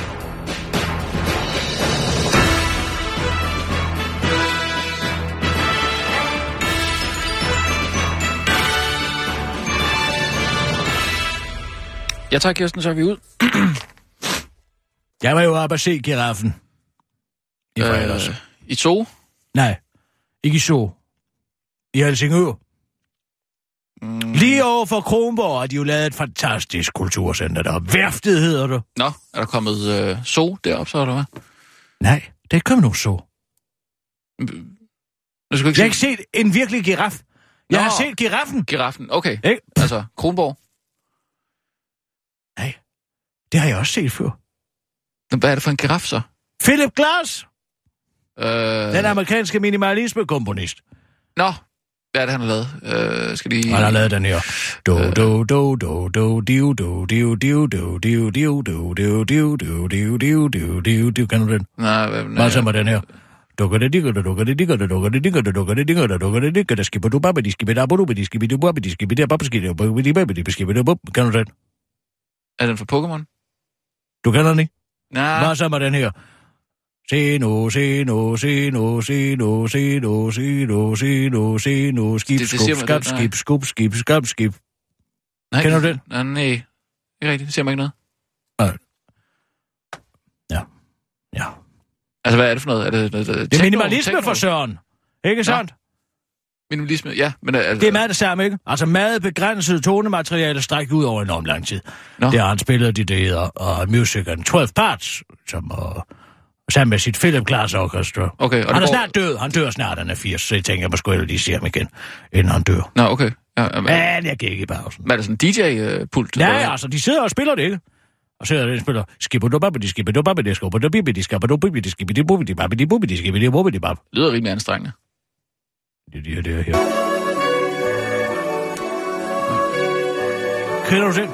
Jeg tager Kirsten, så er vi ud. Jeg var jo oppe at se giraffen. I Zoo? Nej, ikke i Zoo. I Helsingør. Lige over for Kronborg har de jo lavet et fantastisk kulturcenter, der Værftet hedder det. Nå, er der kommet Zoo deroppe så, eller hvad? Nej, det er ikke kommet nogen Zoo. Jeg har ikke set en virkelig giraf. Jeg har set giraffen. Giraffen, okay. Altså, Kronborg. Nej, det har jeg også set før. Hvad er det for en giraf, så? Philip Glass! Den amerikanske minimalisme-komponist. Nå, hvad er det, han har lavet? Skal de... Han har lavet den her. Kan du den? Nej. Bare så med den her. Kan du den? Er den fra Pokémon? Du kender den ikke? Nej. Bare så med den her. Se nu, skib. Kender du den? Nej, ikke rigtigt. Det siger mig ikke noget. Ja. Altså, hvad er det for noget? Er det det er minimalisme for Søren. Ikke sandt? minimalisme, ja. Men, altså... Det er meget det samme, ikke? Altså meget begrænset tonemateriale strækket ud over enormt lang tid. Det har han spillet det hedder Music 12 Parts, som sammen med sit Philip Glass Orchestra. Okay, han er snart død. Han dør snart, han er 80, så jeg tænker, jeg må sgu lige se ham igen, inden han dør. Nå, okay. Ja, men jeg gik i pausen. Men er det sådan en DJ-pult? Ja, altså, de sidder og spiller det, ikke? Og så er det, spiller lyder rimelig anstrengende. Det er her. Kender du det?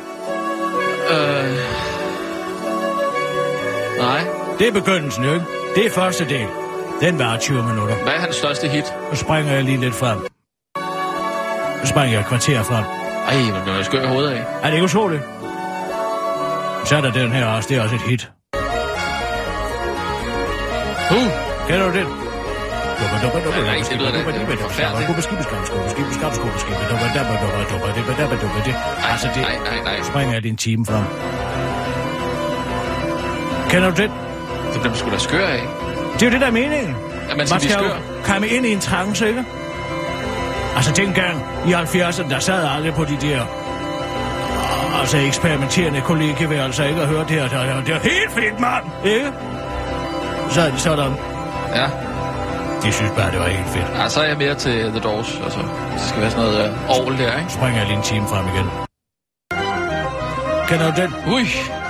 Nej. Det er begyndelsen, ikke? Det er første del. Den var 20 minutter. Hvad er hans største hit? Så springer jeg lige lidt frem. Så springer jeg et kvarter frem. Ej, hvor bliver jeg skør i hovedet af. Er det ikke utroligt? Så er der den her også. Det er også et hit. Kender du den? Nej, det lyder da forfærdeligt. Altså, det springer jeg din time frem. Kender du den? Det bliver sgu da skør af. Det er jo det, der er meningen. Ja, man skal jo komme ind i en trance, ikke? Altså, dengang i 70'erne, der sad aldrig på de der altså eksperimenterende kollegeværelser, ikke? Og hørte det her. Det er helt fint, mand! Ikke? Så er det sådan. Ja. De synes bare, det var helt fedt. Ja, så er jeg mere til The Doors. Altså, det skal være sådan noget orgel der, ikke? Springer jeg lige en time frem igen. Kender du den? Ui!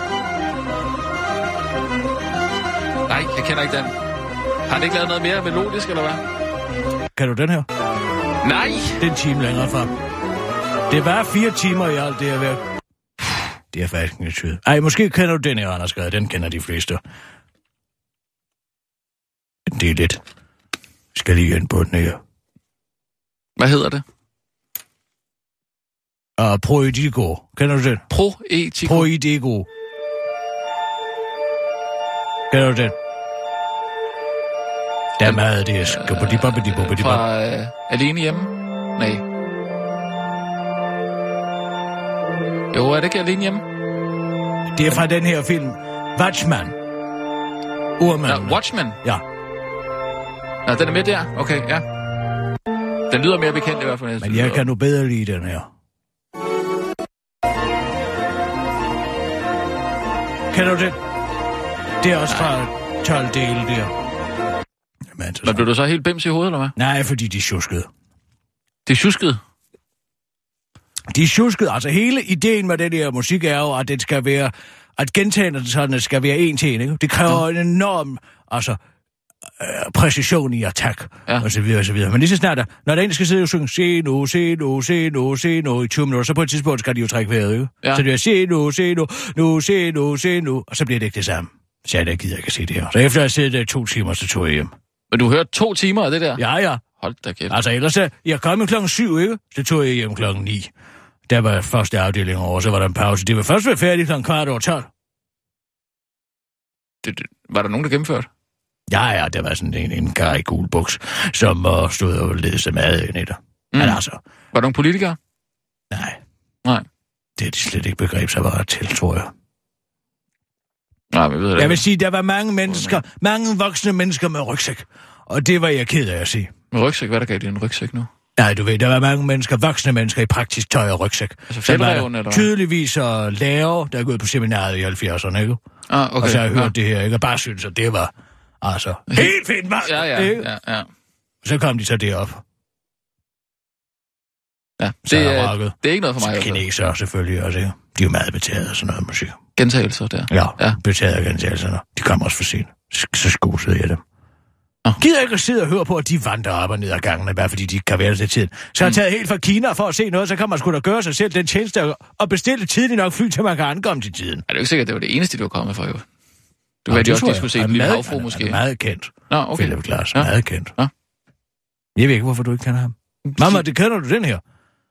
Nej, jeg kender ikke den. Har han ikke lavet noget mere melodisk, eller hvad? Kan du den her? Nej! Den time længere frem. Det var 4 timer i alt, det her værk. Det er faktisk ikke tydeligt. Ej, måske kender du den her, Anders Gade. Den kender de fleste. Det er lidt. Skal lige ind på den her. Hvad hedder det? Proedigo. Kender du den? Proedigo? Proedigo. Kender du den? Der er meget det. Fra Alene Hjemme? Nej. Jo, er det ikke Alene Hjemme? Det er fra den her film. Watchman. Urmanden. Ja, Watchman? Ja. Nå, den er med der? Okay, ja. Den lyder mere bekendt i hvert fald. Men jeg kan nu bedre lide den her. Kender du den? Det er også fra 12 dele der. Men blev du så helt bims i hovedet, eller hvad? Nej, fordi de sjuskede. Det sjuskede? De sjuskede. Altså hele ideen med den der musik er jo, at den skal være, at gentagelserne skal være en til en, ikke? Det kræver en enorm, altså, præcision i attack, og så videre, og så videre. Men lige så snart, når der en skal sidde og synge, se nu, i 20 minutter, så på et tidspunkt skal de jo trække vejret, ikke? Ja. Så det er se nu, og så bliver det ikke det samme. Så jeg gider ikke at se det her. Så efter at have siddet der 2 timer, så tog jeg hjem. Men du hørte 2 timer af det der? Ja. Hold da kæft. Altså ellers, jeg kom klokken 7, ikke? Så tog jeg hjem klokken 9. Der var første afdeling over, så var der en pause. Det var først været færdigt klokken 12:15. Var der nogen, der gennemførte? Ja, der var sådan en kar i gul buks, som stod og ledte sig mad ind i der. Men altså... Var der nogle politikere? Nej. Det er de slet ikke begreb sig bare til, tror jeg. Nej, men ved det. Jeg vil sige, der var mange mennesker, mange voksne mennesker med rygsæk. Og det var jeg ked af at sige. Med rygsæk? Hvad er der galt i en rygsæk nu? Nej, du ved, der var mange mennesker, voksne mennesker i praktisk tøj og rygsæk. Altså fældreven, eller? Tydeligvis lærere, der er gået på seminaret i 70'erne, ikke? Okay. Og så har jeg hørt det her, ikke? Og bare synes, at det var, altså, helt fint, mand! Ja. Så kom de så derop. Ja, det er ikke noget for mig. Kineser selvfølgelig også, ikke? De er jo meget betaget af sådan noget musik. Gentagelser der? Ja. Betaget af gentagelser. De kommer også for sent. Så skosede jeg dem. Gider ikke at sidde og høre på, at de vandrer op og ned ad gangene, bare fordi de ikke kan være til tiden. Så har jeg taget helt fra Kina for at se noget, så kan man sgu da gøre sig selv den tjeneste og bestille tidligt nok fly, til man kan ankomme til tiden. Er det jo ikke sikkert, at det var det eneste, du var kommet fra, jo? Du ved, de også skulle se en lille havfru, måske. Han er meget kendt. Nå, okay. Philip Glass, meget kendt. Ja. Jeg ved ikke, hvorfor du ikke kender ham. Mamma, det kender du den her.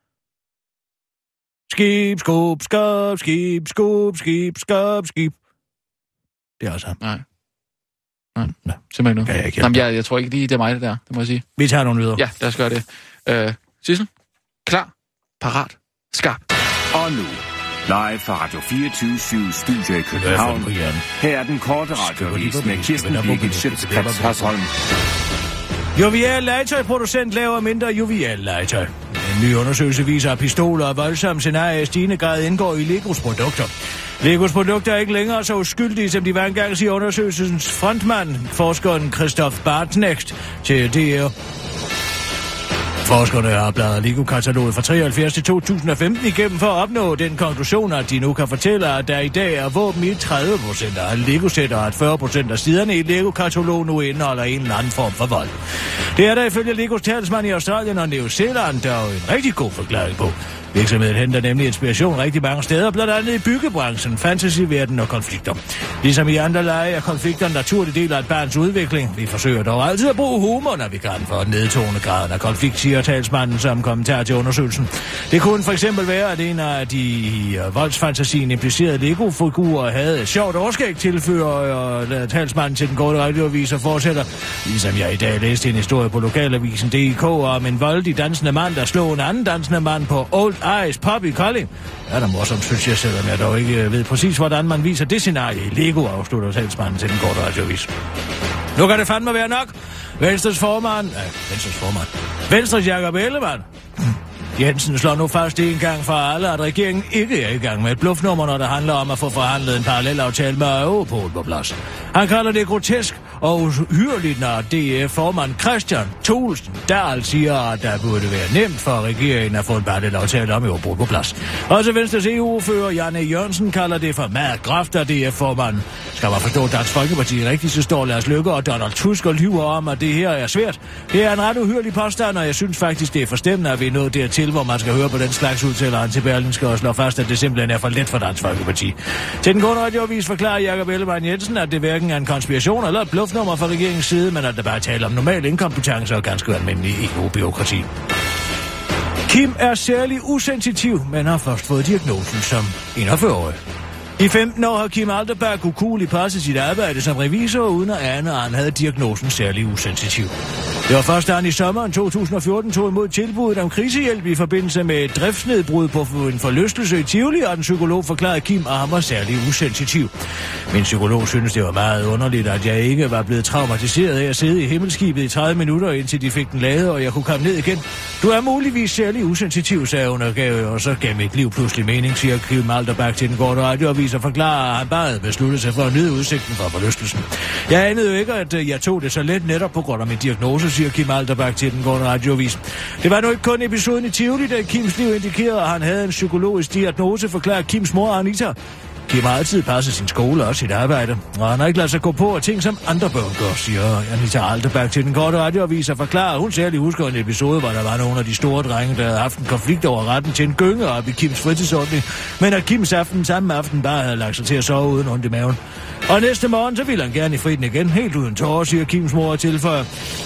Skib, skub, skub, skib, skub, skib, skub, skib. Det er også ham. Nej, simpelthen nu. Jamen, jeg tror ikke lige, det er mig, det der. Det må jeg sige. Vi tager nogle videre. Ja, lad os gøre det. Sissel? Klar? Parat? Skarp? Og nu, live fra Radio 24/7 Studio i København. Her er den korte radioavis med Kirsten Birgit Schøtz-Krets Hasholm. Jovial legetøjproducent laver mindre jovial legetøj. En ny undersøgelse viser, at pistoler og voldsomme scenarier i stigende grad indgår i Legos produkter. Legos produkter er ikke længere så uskyldige, som de var engang, siger undersøgelsens frontmand, forskeren Christoph Bartnecht til DR. Forskerne har bladret Lego-kataloget fra 73 til 2015 igennem for at opnå den konklusion, at de nu kan fortælle, at der i dag er våben i 30% af Lego-sæt, og at 40% af siderne i Lego-kataloget nu indeholder en eller anden form for vold. Det er der ifølge Legos talsmand i Australien og New Zealand, der er jo en rigtig god forklaring på. Virksomheden henter nemlig inspiration rigtig mange steder, blandt andet i byggebranchen, fantasyverden og konflikter. Ligesom i andre lege er konflikter en naturlig del af et barns udvikling. Vi forsøger dog altid at bruge humor, når vi kan, for at nedtone graden af konflikt, siger talsmanden som kommentar til undersøgelsen. Det kunne for eksempel være, at en af de voldsfantasien implicerede Lego-figurer havde et sjovt overskæg, tilfører talsmanden til den korte radioavis og fortsætter. Ligesom jeg i dag læste en historie på lokalavisen DK om en voldig dansende mand, der slog en anden dansende mand på Old Ice Pub i Kolding. Ja, der er morsomt, synes jeg, selvom jeg dog ikke ved præcis, hvordan man viser det scenarie i Lego, afslutter talsmanden til den korte radioavis. Nu kan det fandme være nok. Venstres Jakob Ellemann Jensen slår nu fast en gang for alle, at regeringen ikke er i gang med et bluffnummer, når det handler om at få forhandlet en parallelaftale med Europol på plads. Han kalder det grotesk og uhyrligt, når DF-formand Christian Thulesen Dahl siger, at der burde være nemt for regeringen at få en parallelaftale om Europol på plads. Også Venstres EU-fører Janne Jørgensen kalder det for meget groft af DF-formanden. Skal man forstå Dansk Folkeparti rigtigt, så står Lars Løkke og Donald Tusk og lyver om, at det her er svært. Det er en ret uhyrlig påstand, og jeg synes faktisk, det er forstemmende, at vi er nået dertil, hvor man skal høre på den slags udtaler han til Berlingske og slå fast, at det simpelthen er for let for Dansk Folkeparti. Til den korte radioavis forklarer Jakob Ellemann Jensen, at det hverken er en konspiration eller et bluffnummer fra regeringens side, men at der bare taler om normal inkompetence og ganske almindelig EU-bureaukrati. Kim er særlig usensitiv, men har først fået diagnosen som 41-årig. I 15 år har Kim Alderberg ukueligt passet sit arbejde som revisor, uden at ane, at han havde diagnosen særlig usensitiv. Det var først, da han i sommeren 2014 tog imod tilbuddet om krisehjælp i forbindelse med et driftsnedbrud på en forlystelse i Tivoli, og den psykolog forklarede Kim, at han var særlig usensitiv. Min psykolog synes, det var meget underligt, at jeg ikke var blevet traumatiseret af at sidde i himmelskibet i 30 minutter, indtil de fik den lavet, og jeg kunne komme ned igen. Du er muligvis særlig usensitiv, sagde hun, og så gav mit liv pludselig mening, siger Kim Alderberg til den korte radioavis og forklarer, at han bare havde besluttet sig for at nyde udsigten fra forlystelsen. Jeg anede jo ikke, at jeg tog det så let netop på grund af min diagnose, siger Kim Alderberg til den korte radioavis. Det var nu ikke kun episoden i Tivoli, da Kims liv indikerede, at han havde en psykologisk diagnose, forklarer Kims mor Anita. Kim har altid passet sin skole og sit arbejde, og han har ikke ladet sig gå på af ting, som andre børn gør, siger Anita Alderberg til den korte radioavis og forklarer, at hun særlig husker en episode, hvor der var nogle af de store drenge, der havde haft en konflikt over retten til en gynge op i Kims fritidsordning, men at Kims samme aften bare havde lagt sig til at sove uden ondt i maven. Og næste morgen, så ville han gerne i friden igen, helt uden tårer, siger Kims mor og tilføjer.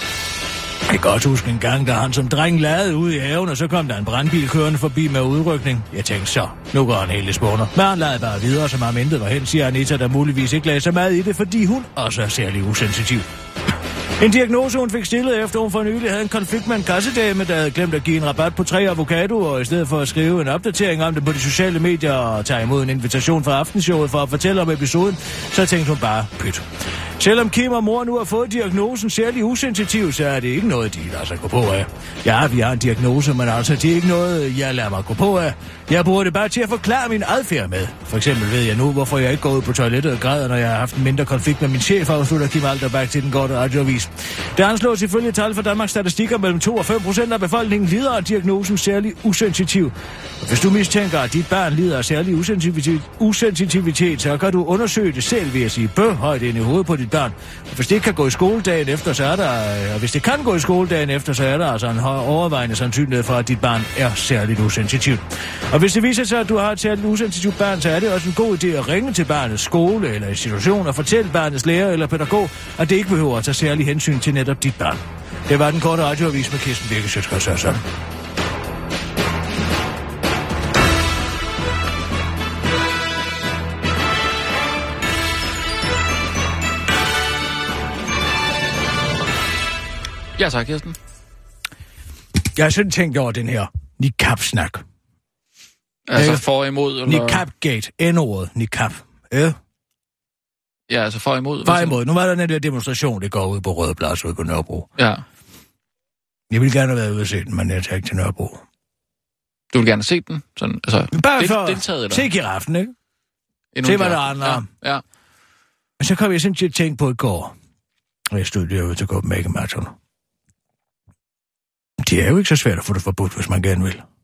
Jeg kan godt huske en gang, da han som dreng ladede ude i haven, og så kom der en brandbil kørende forbi med udrykning. Jeg tænkte så, nu går han helt i spåner. Men han ladede bare videre, som om intet var hen, siger Anita, der muligvis ikke lagde så meget i det, fordi hun også er særlig usensitiv. En diagnose, hun fik stillet efter, hun for nylig havde en konflikt med en kassedame, der havde glemt at give en rabat på 3 avocadoer, og i stedet for at skrive en opdatering om det på de sociale medier og tage imod en invitation fra aftenshowet for at fortælle om episoden, så tænkte hun bare, pyt. Selvom Kim og mor nu har fået diagnosen særlig usensitiv, så er det ikke noget, de lader sig gå på af. Ja, vi har en diagnose, men altså, det er ikke noget, jeg lader mig gå på af. Jeg bruger det bare til at forklare min adfærd med. For eksempel ved jeg nu, hvorfor jeg ikke går ud på toilettet og græder, når jeg har haft en mindre konflikt med min chef, afslutter Kim Alderberg til den korte radioavis. Det anslås ifølge tal for Danmarks statistikker mellem 2 og 5% af befolkningen lider af diagnosen særlig usensitiv. Og hvis du mistænker, at dit barn lider af særlig usensitivitet, så kan du undersøge det selv ved at sige bøh højt ind i hovedet på dit barn. Og hvis det ikke kan gå i skoledagen efter, så er der, altså en overvejende sandsynlighed for, at dit barn er særligt usensitivt. Og hvis det viser sig, at du har et særligt usensitivt barn, så er det også en god idé at ringe til barnets skole eller institution og fortælle barnets lærer eller pædagog, at det ikke behøver at tage særlig hensyn til netop dit barn. Det var den korte radioavis med Kirsten Birgit Schøtz-Krets. Ja, tak, Kirsten. Jeg har sådan tænkt over den her niqab-snak. Altså for imod, eller? Niqab-gate. N-ordet. Niqab. Ja, altså for imod. For imod. Nu var der den der demonstration, det går ud på Røde Plads ude på Nørrebro. Ja. Jeg vil gerne have været ude og se den, men jeg tager ikke til Nørrebro. Du vil gerne se den? Sådan, altså, bare for deltaget, eller? Se giraffen, ikke? Se, hvad der andre. Ja. Men så kom jeg sådan til at tænke på i går, og jeg stod derude til Copenhagen Marathon. Det er jo ikke så svært at få det forbudt, hvis man gerne vil.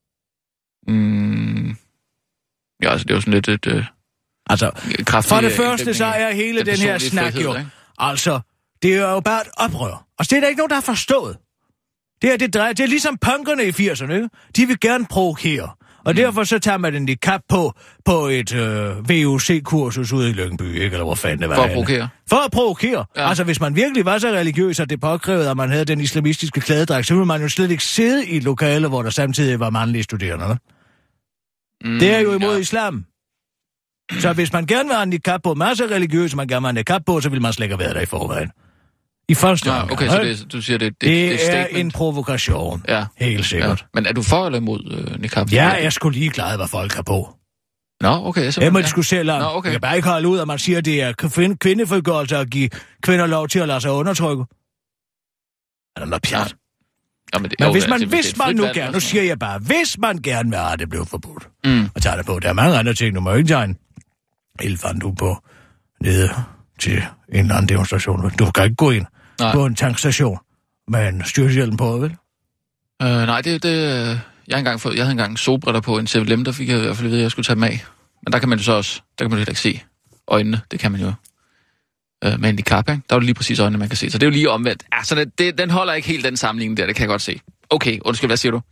Ja, altså det er jo sådan lidt et... Altså, for det første, så er hele den her snak jo... Ikke? Altså, det er jo bare et oprør. Og det er der ikke nogen, der har forstået. Det er ligesom punkerne i 80'erne, ikke? De vil gerne provokere. Og derfor så tager man den i kap på et VUC-kursus ude i Lyngby, ikke? Eller hvor fanden det var. For at provokere? For at provokere. Ja. Altså, hvis man virkelig var så religiøs, at det påkrævede, at man havde den islamistiske klædedragt, så ville man jo slet ikke sidde i et lokale, hvor der samtidig var mandlige studerende. Det er jo imod islam. Så hvis man gerne vil have en niqab på, masser af religiøse, man gerne vil have en niqab på, så vil man slet ikke have været der i forvejen. I første gang. Okay, så du siger, det er en provokation. Ja. Helt sikkert. Ja. Men er du for eller imod niqab? Ja, jeg er sgu ligeglad, hvad folk har på. Nå, okay. Jeg må diskutere langt. Okay. Jeg kan bare ikke holde ud, at man siger, at det er kvindefrigørelse at give kvinder lov til at lade sig undertrykke. Er der noget pjat? Ja, men hvis man nu gerne, nu siger jeg bare, hvis man gerne vil have det blev forbudt, og tager det på, der er mange andre ting, du må ikke tage en elefant på nede til en eller anden demonstration. Du kan ikke gå ind på en tankstation med en styrthjelm på, vel? Nej, jeg havde engang solbriller på en 7-Eleven, der fik jeg i hvert fald ved, at jeg skulle tage dem af. Men der kan man jo så også, der kan man jo ikke se øjnene, det kan man jo. Med en niqab, ikke? Der er jo lige præcis øjnene, man kan se. Så det er jo lige omvendt. Altså, den holder ikke helt den sammenligning der, det kan jeg godt se. Okay, undskyld, hvad siger du?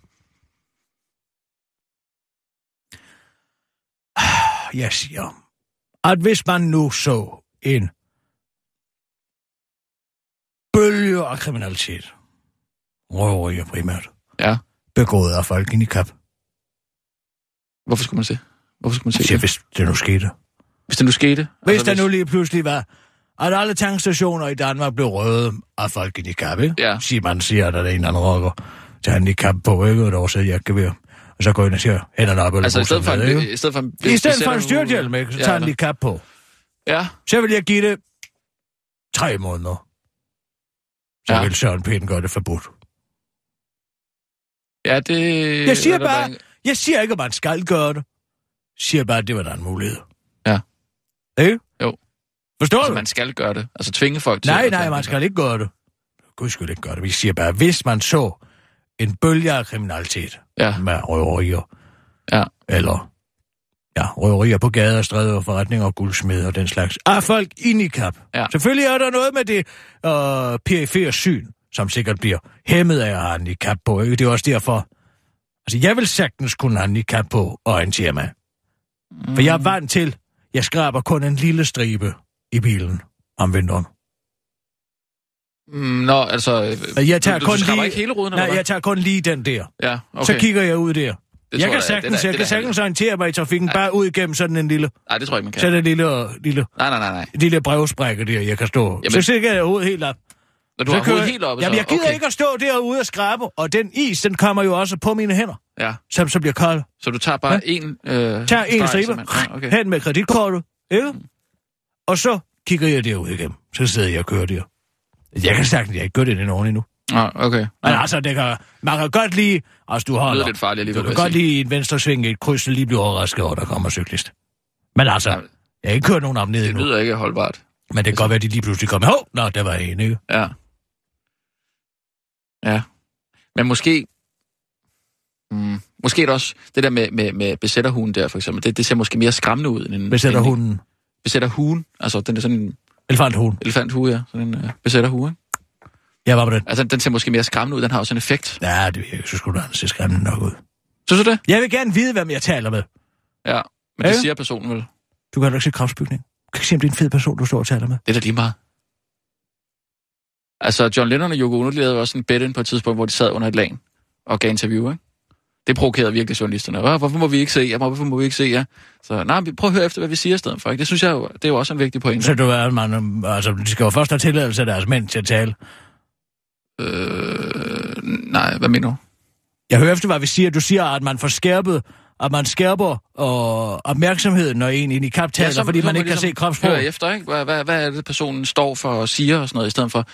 Jeg siger, at hvis man nu så en bølge af kriminalitet, røverier primært, begået af folk i niqab. Hvorfor skulle man se? Ja, hvis det nu skete. Hvis det nu skete? Hvis altså, der nu lige pludselig var, at alle tankstationer i Danmark blev røde af folk i niqab, ikke? Ja. Man siger, at der er en eller anden rocker, tager en niqab på, ikke? Og der også jeg kan være. Og så går ind og siger, hænderne op. Altså i stedet for en styrthjelm, ikke? Så tager en niqab på. Ja. Så vil jeg give det 3 måneder. Så vil Søren Pind gøre det forbudt. Ja, det... Jeg siger ikke, at man skal gøre det. Jeg siger bare, at det var der en mulighed. Ja. Ikke? Jo. Forstår du? Altså, man skal gøre det. Altså tvinge folk til... Nej, man skal ikke gøre det. Gud skulle ikke gøre det. Vi siger bare, hvis man så en bølge af kriminalitet med røverier, eller røverier på gader og stræder og forretninger og guldsmed og den slags, folk i niqab. Ja. Selvfølgelig er der noget med det perifere syn, som sikkert bliver hæmmet af at have en niqab på. Ikke? Det er også derfor... Altså, jeg vil sagtens kunne have en niqab på og orientere mig. For jeg er vant til, jeg skraber kun en lille stribe i bilen om vinteren. Nå, altså... Jeg tager du skraber ikke hele ruden, eller hvad? Jeg tager kun lige den der. Ja, okay. Så kigger jeg ud der. Jeg kan sagtens orientere mig i trafikken, bare ud igennem sådan en lille... Nej, det tror jeg ikke, man kan. Så er det Nej. lille brevsprække der, jeg kan stå. Jamen, så sætter jeg hovedet helt op. Når du har hovedet helt oppe, jamen, jeg gider ikke at stå derude og skrabe, og den is, den kommer jo også på mine hænder. Ja. Som så bliver kold. Så du tager bare en... tager en stribe, hen med kreditkortet, ikke? Og så kigger jeg derude igennem. Så sidder jeg og kører der. Jeg kan sagtens, jeg ikke gør det den ordentligt nu. Okay. Men altså, man kan godt lige... Altså, du holder... Det er lidt farligt alligevel. Du kan godt lige i en venstre sving i et kryds, og lige blive overrasket over, der kommer cyklist. Men altså, jeg har ikke kørt nogen om ned endnu. Det lyder ikke holdbart. Men det kan godt være, at de lige pludselig kommer. Nå, der var en, ikke? Ja. Ja. Men måske... Måske er det også det der med besætterhunden der, for eksempel. Det ser måske mere skræmmende ud end en... Besætterhunden? Besætterhunden. Altså, den er sådan en... Elefanthue, ja. Sådan en besætterhue, ikke? Ja, hvad var det? Altså, den ser måske mere skræmmende ud. Den har også en effekt. Ja, det virker så sgu da se skræmmende nok ud. Synes du det? Jeg vil gerne vide, hvem jeg taler med. Ja, men det siger personen vel. Du kan da ikke se kravsbygning. Du kan ikke se, om det er en fed person, du står og taler med. Det er da lige meget. Altså, John Lennon og Yoko Ono lavede også en bed-in på et tidspunkt, hvor de sad under et lag og gav interview, ikke? Det provokerede virkelig journalisterne. Hvorfor må vi ikke se? Hvorfor må vi ikke se? Ja. Så nej, prøv at høre efter, hvad vi siger i stedet for. Ikke? Det synes jeg jo, det er jo også en vigtig pointe. Så du de skal jo først have tilladelse af deres mænd til at tale. Nej, hvad mener du? Jeg hører efter, hvad vi siger. Du siger, at man får skærpet, at man skærper opmærksomheden, når en i niqab taler, fordi man ikke kan se kropssprog. Hør efter, ikke? Hvad er det, personen står for og siger og sådan noget, i stedet for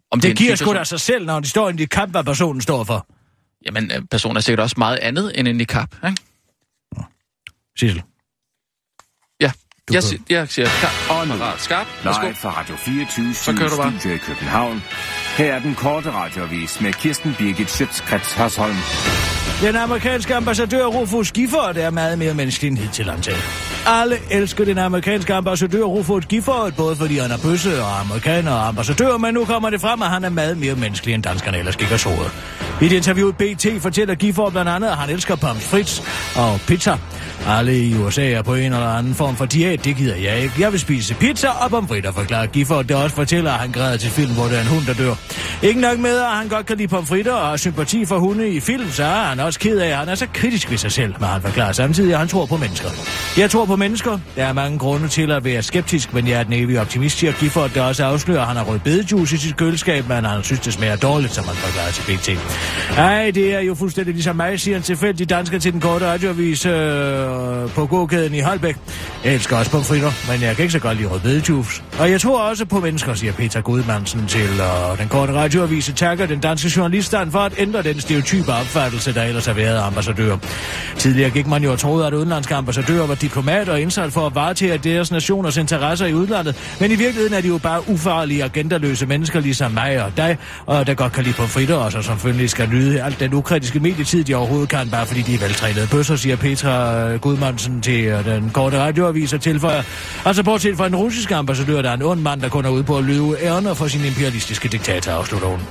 Om det giver sgu da sig selv, når de står i en niqab, hvad personen står for. Jamen, personen er sikkert også meget andet end en niqab, ikke? Sissel. Ja, jeg siger skarp. Live fra Radio 24 Studio i København. Her er den korte radioavis med Kirsten Birgit Schøtz-Krets Hørsholm. Den amerikanske ambassadør Rufus Gifford er meget mere menneskelig end hidtil antaget. Alle elsker den amerikanske ambassadør Rufus Gifford, både fordi han er bøsse og amerikaner og ambassadør, men nu kommer det frem, at han er meget mere menneskelig end danskerne ellers gik og troede. I et interview i BT fortæller Gifford blandt andet, at han elsker pommes frites og pizza. Alle i USA er på en eller anden form for diæt, det gider jeg ikke. Jeg vil spise pizza og pommes frites, forklarer Gifford, der også fortæller, at han græder til film, hvor der er en hund, der dør. Ikke nok med, at han godt kan lide pommes frites og har sympati for hunde i film, så er han også ked af, at han er så kritisk ved sig selv, men han forklarer samtidig, at han tror på mennesker. Jeg tror på mennesker. Der er mange grunde til at være skeptisk, men jeg er den evige optimist, siger Gifford, der også afslører, at han har rød bedejuice i sit køleskab, men han synes, det smager dårligt, som han forklarer til BT. Ej, det er jo fuldstændig ligesom mig, siger en tilfældig dansker til den korte radioavis på gågaden i Holbæk. Jeg elsker også pommes frites, men jeg kan ikke så godt lide rød bedejuice. Og jeg tror også på mennesker, siger Peter Gudmandsen til den korte radioavis, takker den danske journaliststand for at ændre den stereotype opfattelse, der ellers har været ambassadør. Tidligere gik man jo og troede, at udenlandske ambassadører var diplomater og indsat for at varetage deres nationers interesser i udlandet, men i virkeligheden er de jo bare ufarlige og agendarløse mennesker, ligesom mig og dig, og der godt kan lide pommes frites, og så selvfølgelig skal nyde alt den ukritiske medietid, de overhovedet kan, bare fordi de er veltrænede bøsser, siger Petra Gudmandsen til den korte radioavis og tilføjer. Altså bortset fra en russisk ambassadør, der er en ond mand, der kun er ude på at løbe ærner for sin imperialistiske diktator, afslutter hun.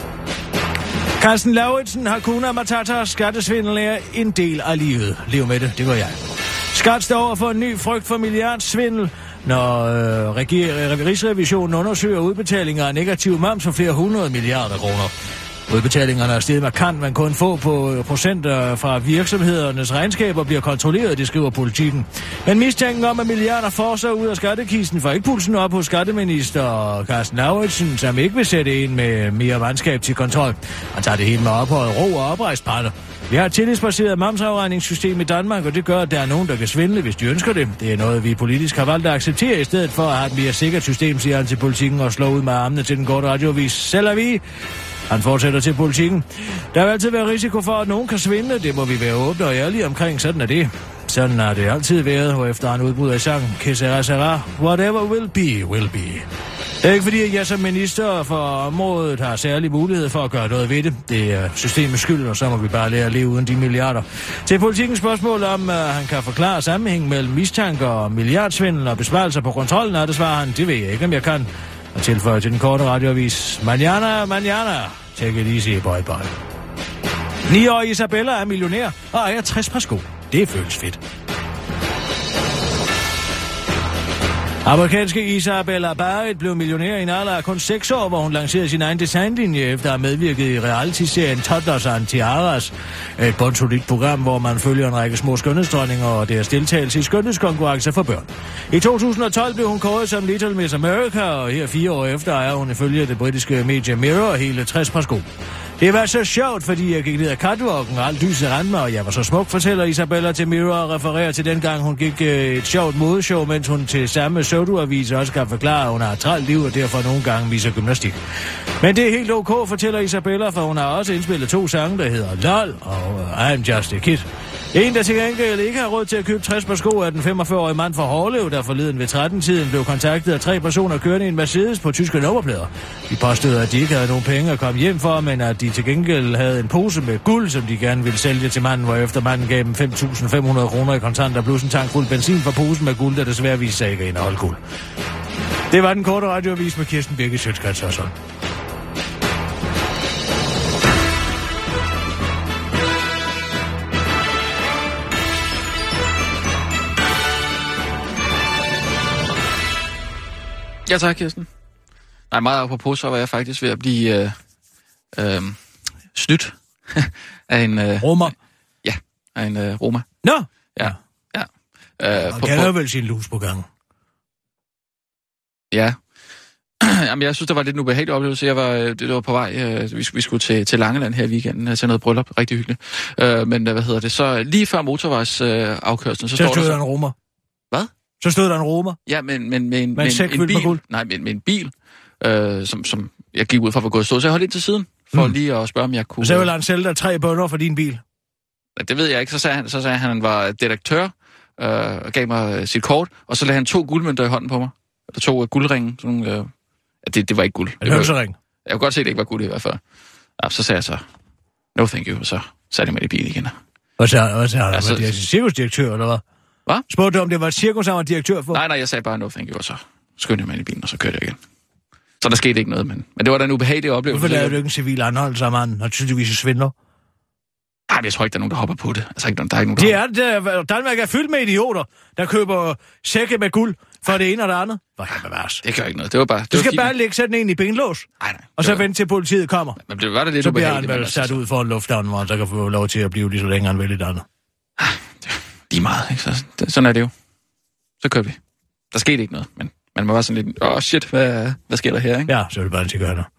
Carsten Lauritsen, Hakuna Matata, skattesvindel er en del af livet. Lev med det, det gør jeg. Skat står over for en ny frygt for milliardsvindel, når Rigsrevisionen undersøger udbetalinger af negativ moms for flere 100 milliarder kroner. Udbetalingerne er steget markant, men kun få på procenter fra virksomhedernes regnskaber bliver kontrolleret, det skriver Politikken. Men mistanken om, at milliarder får sig ud af skattekisten, får ikke pulsen op hos skatteminister Carsten Lauritsen, som ikke vil sætte ind med mere mandskab til kontrol. Han tager det hele med ophøjet ro og oprejspatter. Vi har et tillidsbaseret momsafregningssystem i Danmark, og det gør, at der er nogen, der kan svindle, hvis de ønsker det. Det er noget, vi politisk har valgt at acceptere, i stedet for at have et mere sikkert system, siger han til Politikken og slår ud med armene til den korte radioavis. Selv er vi. Han fortsætter til Politikken. Der vil altid være risiko for, at nogen kan svindle. Det må vi være åbne og ærlige omkring. Sådan er det. Sådan har det altid været, og efter han udbryder i sangen, Que sera sera, whatever will be, will be. Det er ikke fordi, at jeg som minister for området har særlig mulighed for at gøre noget ved det. Det er systemets skyld, og så må vi bare lære at leve uden de milliarder. Til Politikens spørgsmål om, han kan forklare sammenhængen mellem mistanker og milliardsvindel og besparelser på kontrollen, og det svarer han, det ved jeg ikke, om jeg kan. Og tilføjer til den korte radioavis, manana, take it easy, boy. 9-årige Isabella er millionær og ejer 60 par sko. Det føles fedt. Amerikanske Isabella Barrett blev millionær i en alder af kun 6 år, hvor hun lancerede sin egen designlinje efter at have medvirket i reality-serien Toddlers and Tiaras. Et bundsolidt program, hvor man følger en række små skønhedsdronninger og deres deltagelse i skønhedskonkurrencer for børn. I 2012 blev hun kåret som Little Miss America, og her 4 år efter er hun ifølge det britiske medie Mirror hele 60 par sko. Det var så sjovt, fordi jeg gik ned ad catwalken, og alt lyset rendte mig, og jeg var så smuk, fortæller Isabella til Mirror og refererer til dengang hun gik et sjovt modeshow, mens hun til samme pseudoavis også kan forklare, at hun har et trælt liv og derfor nogle gange viser gymnastik. Men det er helt ok, fortæller Isabella, for hun har også indspillet 2 sange, der hedder LOL og I'm Just a Kid. En, der til gengæld ikke har råd til at købe 60 par sko, er den 45-årige mand fra Hårlev, der forleden ved 13-tiden blev kontaktet af 3 personer kørende i en Mercedes på tyske nummerplader. De påstod, at de ikke havde nogen penge at komme hjem for, men at de til gengæld havde en pose med guld, som de gerne ville sælge til manden, hvorefter manden gav dem 5.500 kroner i kontanter plus en tank fuld benzin for posen med guld, der desværre viste sig ikke at indeholde guld. Det var den korte radioavis med Kirsten Birgit Schøtz-Krets Hørsholm. Ja, tak, Kirsten. Nej, meget apropos, så var jeg faktisk ved at blive snydt af en... Roma? Ja, af en Roma. Nå? Ja. Han kender vel sin lus på gang. Ja. Jamen, jeg synes, det var lidt en ubehagelig oplevelse. Det var på vej. Vi skulle til Langeland her i weekenden til noget bryllup. Rigtig hyggeligt. Men så lige før motorvejsafkørslen, så står der... Så stod der en Roma. Hvad? Så stod der en Roma? Ja, men med en bil. Nej, med en bil, som jeg gik ud fra, at var gået stå, så jeg holdt lidt til siden, for lige at spørge, om jeg kunne... Så ville han sælge dig 3 bønner for din bil? Det ved jeg ikke. Så sagde han, at han var detektør, og gav mig sit kort, og så lagde han 2 guldmønter i hånden på mig. Eller 2 guldringe. Sådan nogle, det var ikke guld. Er det hønsering? Jeg kunne godt se, at det ikke var guld i hvert fald. Ja, så sagde jeg så, no thank you, og så satte jeg mig i bilen igen. Hvad sagde han? Var det cirkusdirektør, eller hvad? Hvad? Spurgte du, om det var et cirkus, han var direktør for? Nej, jeg sagde bare no thank you, og så skyndte jeg mig i bilen, og så kørte jeg igen. Så der skete ikke noget, men det var da en ubehagelig oplevelse. Hvorfor lavede du ikke en civil anholdelse af manden, og tydeligvis svindler? Nej, jeg tror ikke, der er nogen, der hopper på det. Altså, der er ikke nogen, Danmark er fyldt med idioter, der køber sække med guld for det ene og det andet. Det gør ikke noget. Det var bare... Du skal bare lægge sådan en i benlås, og så vente til politiet kommer. Men det var det lidt så bliver han vel sat ud for en lufthavn, hvor han så kan få lov til at blive lige så længe, han vil lidt andet. Lige meget, ikke? Sådan er det jo. Så kører vi. Der skete ikke noget, men man var bare sådan lidt, shit, hvad sker der her, ikke? Ja, så er det bare til at gøre det.